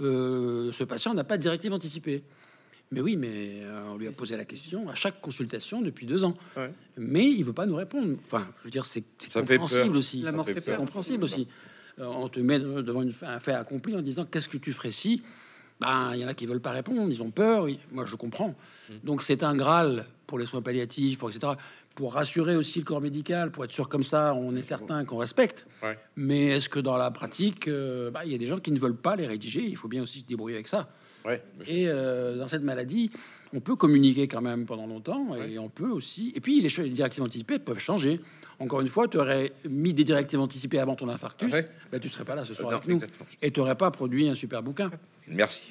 [SPEAKER 4] ce patient n'a pas de directive anticipée. Mais oui, mais on lui a posé la question à chaque consultation depuis 2 ans.
[SPEAKER 3] Ouais.
[SPEAKER 4] Mais il veut pas nous répondre. Enfin, je veux dire, c'est
[SPEAKER 3] Ça fait
[SPEAKER 4] compréhensible
[SPEAKER 3] peur.
[SPEAKER 4] aussi.
[SPEAKER 2] La mort
[SPEAKER 3] fait
[SPEAKER 2] fait
[SPEAKER 4] C'est
[SPEAKER 2] peur.
[SPEAKER 4] compréhensible aussi. On te met devant un fait accompli en disant qu'est-ce que tu ferais si. Ben, il y en a qui veulent pas répondre, ils ont peur. Moi, je comprends. Donc, c'est un Graal pour les soins palliatifs, etc. Pour rassurer aussi le corps médical, pour être sûr comme ça, on est certain qu'on respecte.
[SPEAKER 3] Ouais.
[SPEAKER 4] Mais est-ce que dans la pratique, il y a des gens qui ne veulent pas les rédiger? Il faut bien aussi se débrouiller avec ça.
[SPEAKER 3] Ouais.
[SPEAKER 4] Et dans cette maladie, on peut communiquer quand même pendant longtemps et
[SPEAKER 3] Ouais.
[SPEAKER 4] on peut aussi. Et puis les directives anticipées peuvent changer. Encore une fois, tu aurais mis des directives anticipées avant ton infarctus,
[SPEAKER 3] Ouais.
[SPEAKER 4] ben, tu serais pas là ce soir
[SPEAKER 3] Non,
[SPEAKER 4] avec nous
[SPEAKER 3] exactement.
[SPEAKER 4] et tu n'aurais pas produit un super bouquin.
[SPEAKER 3] Merci.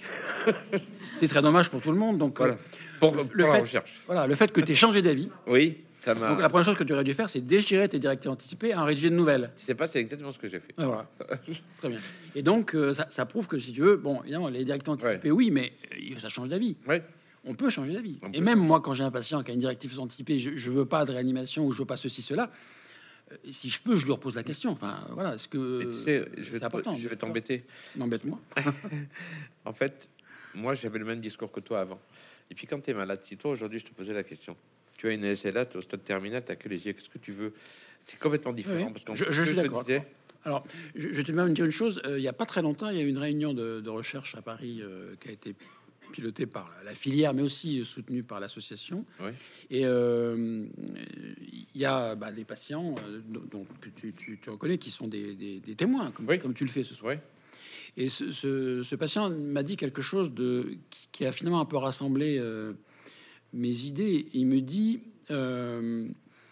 [SPEAKER 4] Ce serait dommage pour tout le monde. Donc
[SPEAKER 3] Voilà. Pour
[SPEAKER 4] le
[SPEAKER 3] la
[SPEAKER 4] fait-
[SPEAKER 3] recherche.
[SPEAKER 4] voilà, le fait que tu aies changé d'avis.
[SPEAKER 3] Oui, ça
[SPEAKER 4] Donc
[SPEAKER 3] m'a.
[SPEAKER 4] la première chose que tu aurais dû faire, c'est déchirer tes directives anticipées et en rédiger de nouvelles.
[SPEAKER 3] Tu sais pas, c'est exactement ce que j'ai fait.
[SPEAKER 4] Ah, voilà. Très bien. Et donc, ça prouve que si tu veux, bon, évidemment, les directives anticipées, oui, mais ça change d'avis.
[SPEAKER 3] Ouais.
[SPEAKER 4] On peut changer d'avis.
[SPEAKER 3] On
[SPEAKER 4] Et
[SPEAKER 3] peut
[SPEAKER 4] même
[SPEAKER 3] changer.
[SPEAKER 4] moi, quand j'ai un patient qui a une directive anticipée, je veux pas de réanimation ou je veux pas ceci, cela. Si je peux, je lui repose la question. Enfin, voilà, est-ce
[SPEAKER 3] Mais
[SPEAKER 4] que
[SPEAKER 3] tu sais,
[SPEAKER 4] c'est important.
[SPEAKER 3] je vais t'embêter.
[SPEAKER 4] N'embête-moi.
[SPEAKER 3] En fait, moi, j'avais le même discours que toi avant. Et puis, quand tu es malade, si toi, aujourd'hui, je te posais la question, tu as une SLA, tu es au stade terminal, tu as que les yeux, qu'est-ce que tu veux? C'est complètement différent.
[SPEAKER 4] Oui,
[SPEAKER 3] Parce qu'en
[SPEAKER 4] je
[SPEAKER 3] plus,
[SPEAKER 4] suis d'accord.
[SPEAKER 3] disais,
[SPEAKER 4] Alors, je te même dire une chose. Il y a pas très longtemps, il y a eu une réunion de recherche à Paris qui a été pilotée par la filière, mais aussi soutenue par l'association.
[SPEAKER 3] Oui.
[SPEAKER 4] Et il y a des patients donc, que tu reconnais qui sont des témoins,
[SPEAKER 3] Oui.
[SPEAKER 4] comme tu le fais ce soir.
[SPEAKER 3] ouais.
[SPEAKER 4] Et ce patient m'a dit quelque chose qui a finalement un peu rassemblé mes idées. Il me dit, je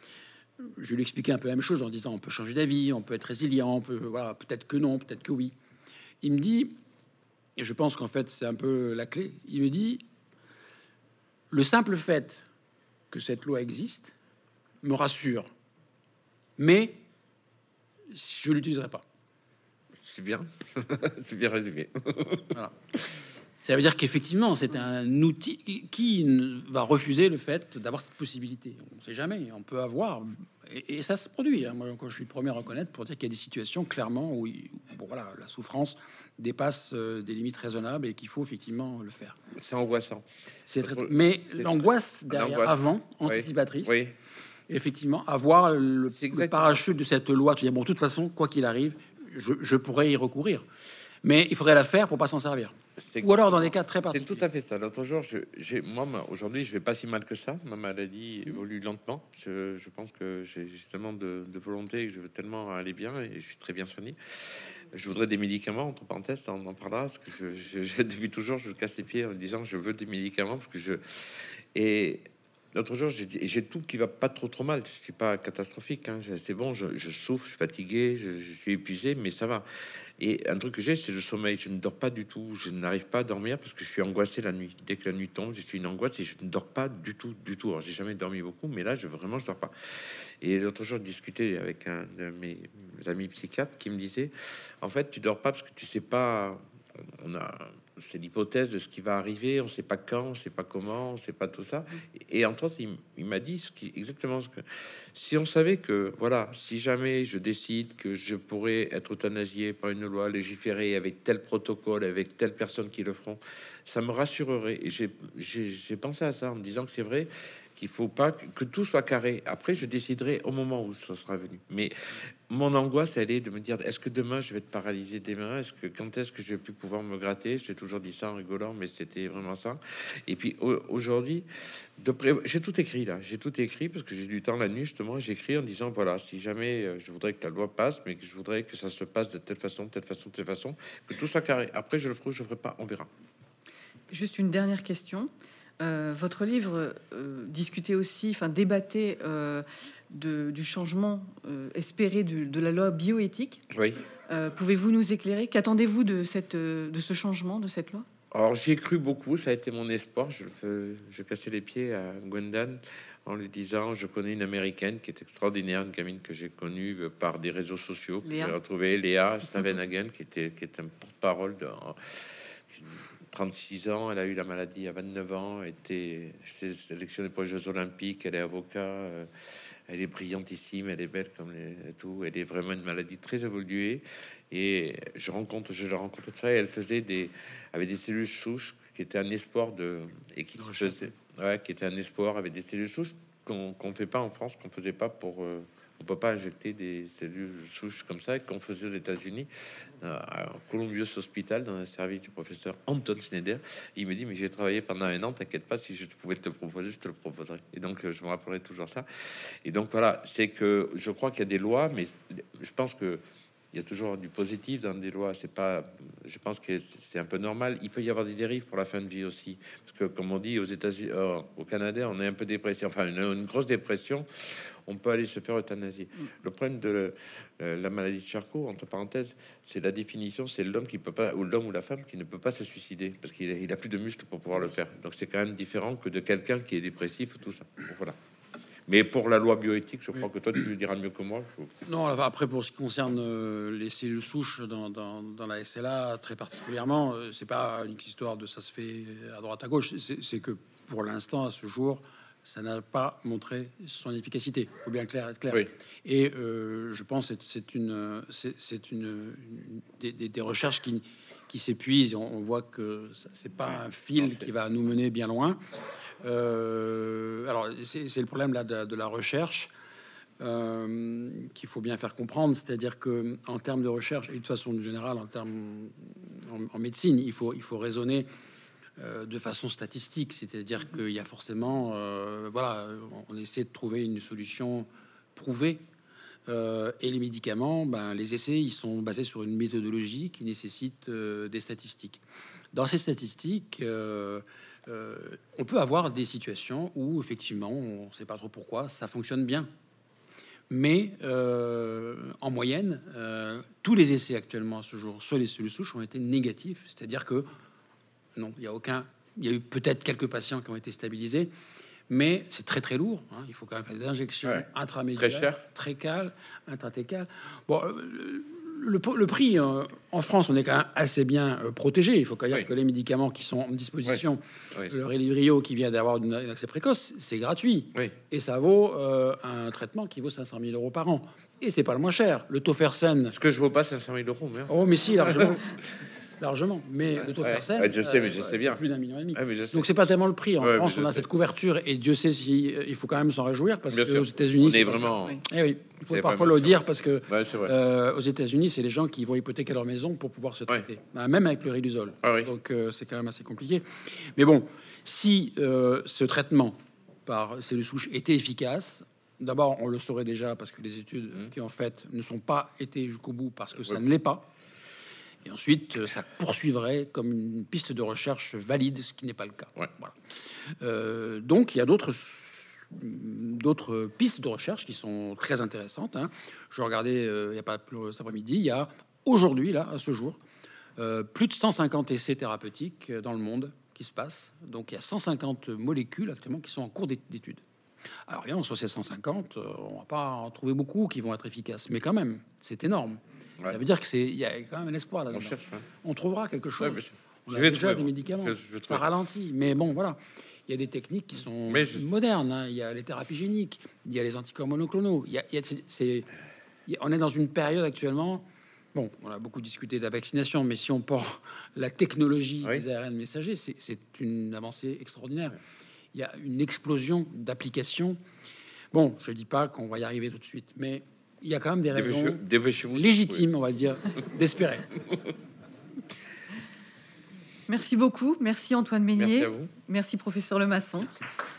[SPEAKER 4] lui expliquais un peu la même chose en disant on peut changer d'avis, on peut être résilient, voilà, peut-être que non, peut-être que oui. Il me dit, et je pense qu'en fait c'est un peu la clé, il me dit le simple fait que cette loi existe me rassure, mais je l'utiliserai pas.
[SPEAKER 3] C'est bien, c'est bien résumé.
[SPEAKER 4] Voilà. Ça veut dire qu'effectivement, c'est un outil qui va refuser le fait d'avoir cette possibilité. On ne sait jamais, on peut avoir, et ça se produit. Hein. Moi, quand je suis le premier à reconnaître pour dire qu'il y a des situations clairement où, bon, voilà, la souffrance dépasse des limites raisonnables et qu'il faut effectivement le faire.
[SPEAKER 3] C'est angoissant.
[SPEAKER 4] Mais
[SPEAKER 3] c'est
[SPEAKER 4] l'angoisse derrière,
[SPEAKER 3] l'angoisse.
[SPEAKER 4] avant,
[SPEAKER 3] Oui.
[SPEAKER 4] anticipatrice,
[SPEAKER 3] Oui,
[SPEAKER 4] effectivement, avoir le
[SPEAKER 3] exactement.
[SPEAKER 4] parachute de cette loi, tu dis, bon, de toute façon, quoi qu'il arrive, je pourrais y recourir. Mais il faudrait la faire pour pas s'en servir. Ou alors dans des cas très
[SPEAKER 3] c'est
[SPEAKER 4] particuliers.
[SPEAKER 3] tout à fait ça. L'autre jour, aujourd'hui, je vais pas si mal que ça. Ma maladie évolue lentement. Je pense que j'ai tellement de volonté que je veux tellement aller bien et je suis très bien soigné. Je voudrais des médicaments, entre parenthèses, on en parlera, parce que depuis toujours, je casse les pieds en disant je veux des médicaments, parce que et l'autre jour, j'ai tout qui va pas trop mal. Je suis pas catastrophique, hein. C'est bon, je souffre, je suis fatigué, je suis épuisé, mais ça va. Et un truc que j'ai, c'est le sommeil. Je ne dors pas du tout. Je n'arrive pas à dormir parce que je suis angoissé la nuit. Dès que la nuit tombe, je suis une angoisse et je ne dors pas du tout. Alors, j'ai jamais dormi beaucoup, mais là, je dors pas. Et l'autre jour, je discutais avec un de mes amis psychiatres qui me disait, en fait, tu dors pas parce que tu sais pas. C'est l'hypothèse de ce qui va arriver. On sait pas quand, on sait pas comment, on sait pas tout ça. Et entre autres, il m'a dit exactement ce que. Si on savait que, voilà, si jamais je décide que je pourrais être euthanasié par une loi légiférée avec tel protocole, avec telle personne qui le feront, ça me rassurerait. Et j'ai pensé à ça en me disant que c'est vrai qu'il faut pas que tout soit carré. Après, je déciderai au moment où ça sera venu. Mais mon angoisse, elle est de me dire, est-ce que demain je vais être paralysé des mains? Quand est-ce que je vais plus pouvoir me gratter? J'ai toujours dit ça en rigolant, mais c'était vraiment ça. Et puis aujourd'hui, j'ai tout écrit là. J'ai tout écrit parce que j'ai du temps la nuit justement. J'écris en disant voilà, si jamais je voudrais que la loi passe, mais que je voudrais que ça se passe de telle façon, que tout soit carré. Après, je le ferai, je ferai pas, on verra.
[SPEAKER 2] Juste une dernière question. Votre livre discutait aussi, enfin débattait du changement espéré de la loi bioéthique.
[SPEAKER 3] Oui.
[SPEAKER 2] Pouvez-vous nous éclairer? Qu'attendez-vous de ce changement, de cette loi?
[SPEAKER 3] Alors j'y ai cru beaucoup, ça a été mon espoir. Je cassais les pieds à Gwendan en lui disant je connais une américaine qui est extraordinaire, une gamine que j'ai connue par des réseaux sociaux, que j'ai retrouvée, Léa Stavenhagen, qui est un porte-parole de 36 ans, elle a eu la maladie à 29 ans, était sélectionnée pour les Jeux Olympiques, elle est avocat, elle est brillantissime, elle est belle comme tout, elle est vraiment une maladie très évoluée. Et je la rencontre de ça, et elle avait des cellules souches qui étaient un espoir qui était un espoir avec des cellules souches qu'on fait pas en France, qu'on faisait pas on peut pas injecter des cellules souches comme ça, qu'on faisait aux États-Unis, à Columbus Hospital, dans un service du professeur Anton Schneider. Il me dit, mais j'ai travaillé pendant 1 an, t'inquiète pas, si je pouvais te le proposer, je te le proposerais. Et donc, je me rappellerai toujours ça. Et donc, voilà, c'est que je crois qu'il y a des lois, mais je pense que il y a toujours du positif dans des lois. C'est pas, je pense que c'est un peu normal. Il peut y avoir des dérives pour la fin de vie aussi, parce que comme on dit aux États-Unis, au Canada, on est un peu dépressif, enfin une grosse dépression. On peut aller se faire euthanasier. Le problème de la maladie de Charcot, entre parenthèses, c'est la définition, c'est l'homme qui peut pas, ou l'homme ou la femme qui ne peut pas se suicider parce qu'il a plus de muscles pour pouvoir le faire. Donc c'est quand même différent que de quelqu'un qui est dépressif, tout ça. Donc, voilà. Mais pour la loi bioéthique, je crois que toi, tu le diras mieux que moi.
[SPEAKER 4] Non, après, pour ce qui concerne les cellules souches dans la SLA, très particulièrement, c'est pas une histoire de ça se fait à droite à gauche. C'est que pour l'instant, à ce jour, ça n'a pas montré son efficacité. Faut bien être clair.
[SPEAKER 3] Oui.
[SPEAKER 4] Et je pense que c'est des recherches qui s'épuisent. On voit que c'est pas un fil qui va nous mener bien loin. Alors c'est le problème là de la recherche qu'il faut bien faire comprendre, c'est-à-dire que en termes de recherche et de façon générale en médecine, il faut raisonner de façon statistique, c'est-à-dire qu'il y a forcément voilà, on essaie de trouver une solution prouvée. Et les médicaments, les essais, ils sont basés sur une méthodologie qui nécessite des statistiques. Dans ces statistiques, on peut avoir des situations où effectivement, on ne sait pas trop pourquoi, ça fonctionne bien. Mais en moyenne, tous les essais actuellement à ce jour sur les cellules souches ont été négatifs, c'est-à-dire que non, il y a eu peut-être quelques patients qui ont été stabilisés, mais c'est très très lourd. Hein. Il faut quand même faire des injections intramédiaires,
[SPEAKER 3] très cher,
[SPEAKER 4] très cales, intratécales. Bon, le prix en France, on est quand même assez bien protégé. Il faut quand même dire que les médicaments qui sont en disposition, le Relyvrio qui vient d'avoir un accès précoce, c'est gratuit et ça vaut un traitement qui vaut 500 000 € par an. Et c'est pas le moins cher. Le Tofersen.
[SPEAKER 3] Ce que je vaux pas 500 000 €. Mais...
[SPEAKER 4] Oh, mais si, largement. Largement, mais le Tofersen,
[SPEAKER 3] je sais, mais je sais bien.
[SPEAKER 4] Plus d'1,5 million.
[SPEAKER 3] Donc
[SPEAKER 4] c'est pas tellement le prix. En France, on a cette couverture et Dieu sait si il faut quand même s'en réjouir parce que aux États-Unis,
[SPEAKER 3] c'est vraiment.
[SPEAKER 4] Il faut parfois le dire parce que
[SPEAKER 3] aux
[SPEAKER 4] États-Unis, c'est les gens qui vont hypothéquer leur maison pour pouvoir se traiter, même avec le Riluzole. Donc c'est quand même assez compliqué. Mais bon, si ce traitement par cellules souches était efficace. D'abord, on le saurait déjà parce que les études qui en fait ne sont pas été jusqu'au bout parce que ça ne l'est pas. Et ensuite, ça poursuivrait comme une piste de recherche valide, ce qui n'est pas le cas. Voilà. Donc, il y a d'autres pistes de recherche qui sont très intéressantes. Hein. Je regardais il n'y a pas plus cet après-midi. Il y a aujourd'hui, là, à ce jour, plus de 150 essais thérapeutiques dans le monde qui se passent. Donc, il y a 150 molécules actuellement qui sont en cours d'étude. Alors, bien, sur ces 150, on va pas en trouver beaucoup qui vont être efficaces, mais quand même, c'est énorme. Ça veut dire que il y a quand même un espoir là-dedans. On trouvera quelque chose. On a déjà des médicaments. Ça ralentit, mais bon, voilà. Il y a des techniques qui sont modernes. Hein. Il y a les thérapies géniques, il y a les anticorps monoclonaux. On est dans une période actuellement. Bon, on a beaucoup discuté de la vaccination, mais si on porte la technologie des ARN messagers, c'est une avancée extraordinaire. Il y a une explosion d'applications. Bon, je dis pas qu'on va y arriver tout de suite, mais il y a quand même des raisons légitimes, on va dire, d'espérer.
[SPEAKER 2] Merci beaucoup. Merci Antoine Meignier.
[SPEAKER 3] Merci à vous.
[SPEAKER 2] Merci professeur Lemasson.
[SPEAKER 4] Merci.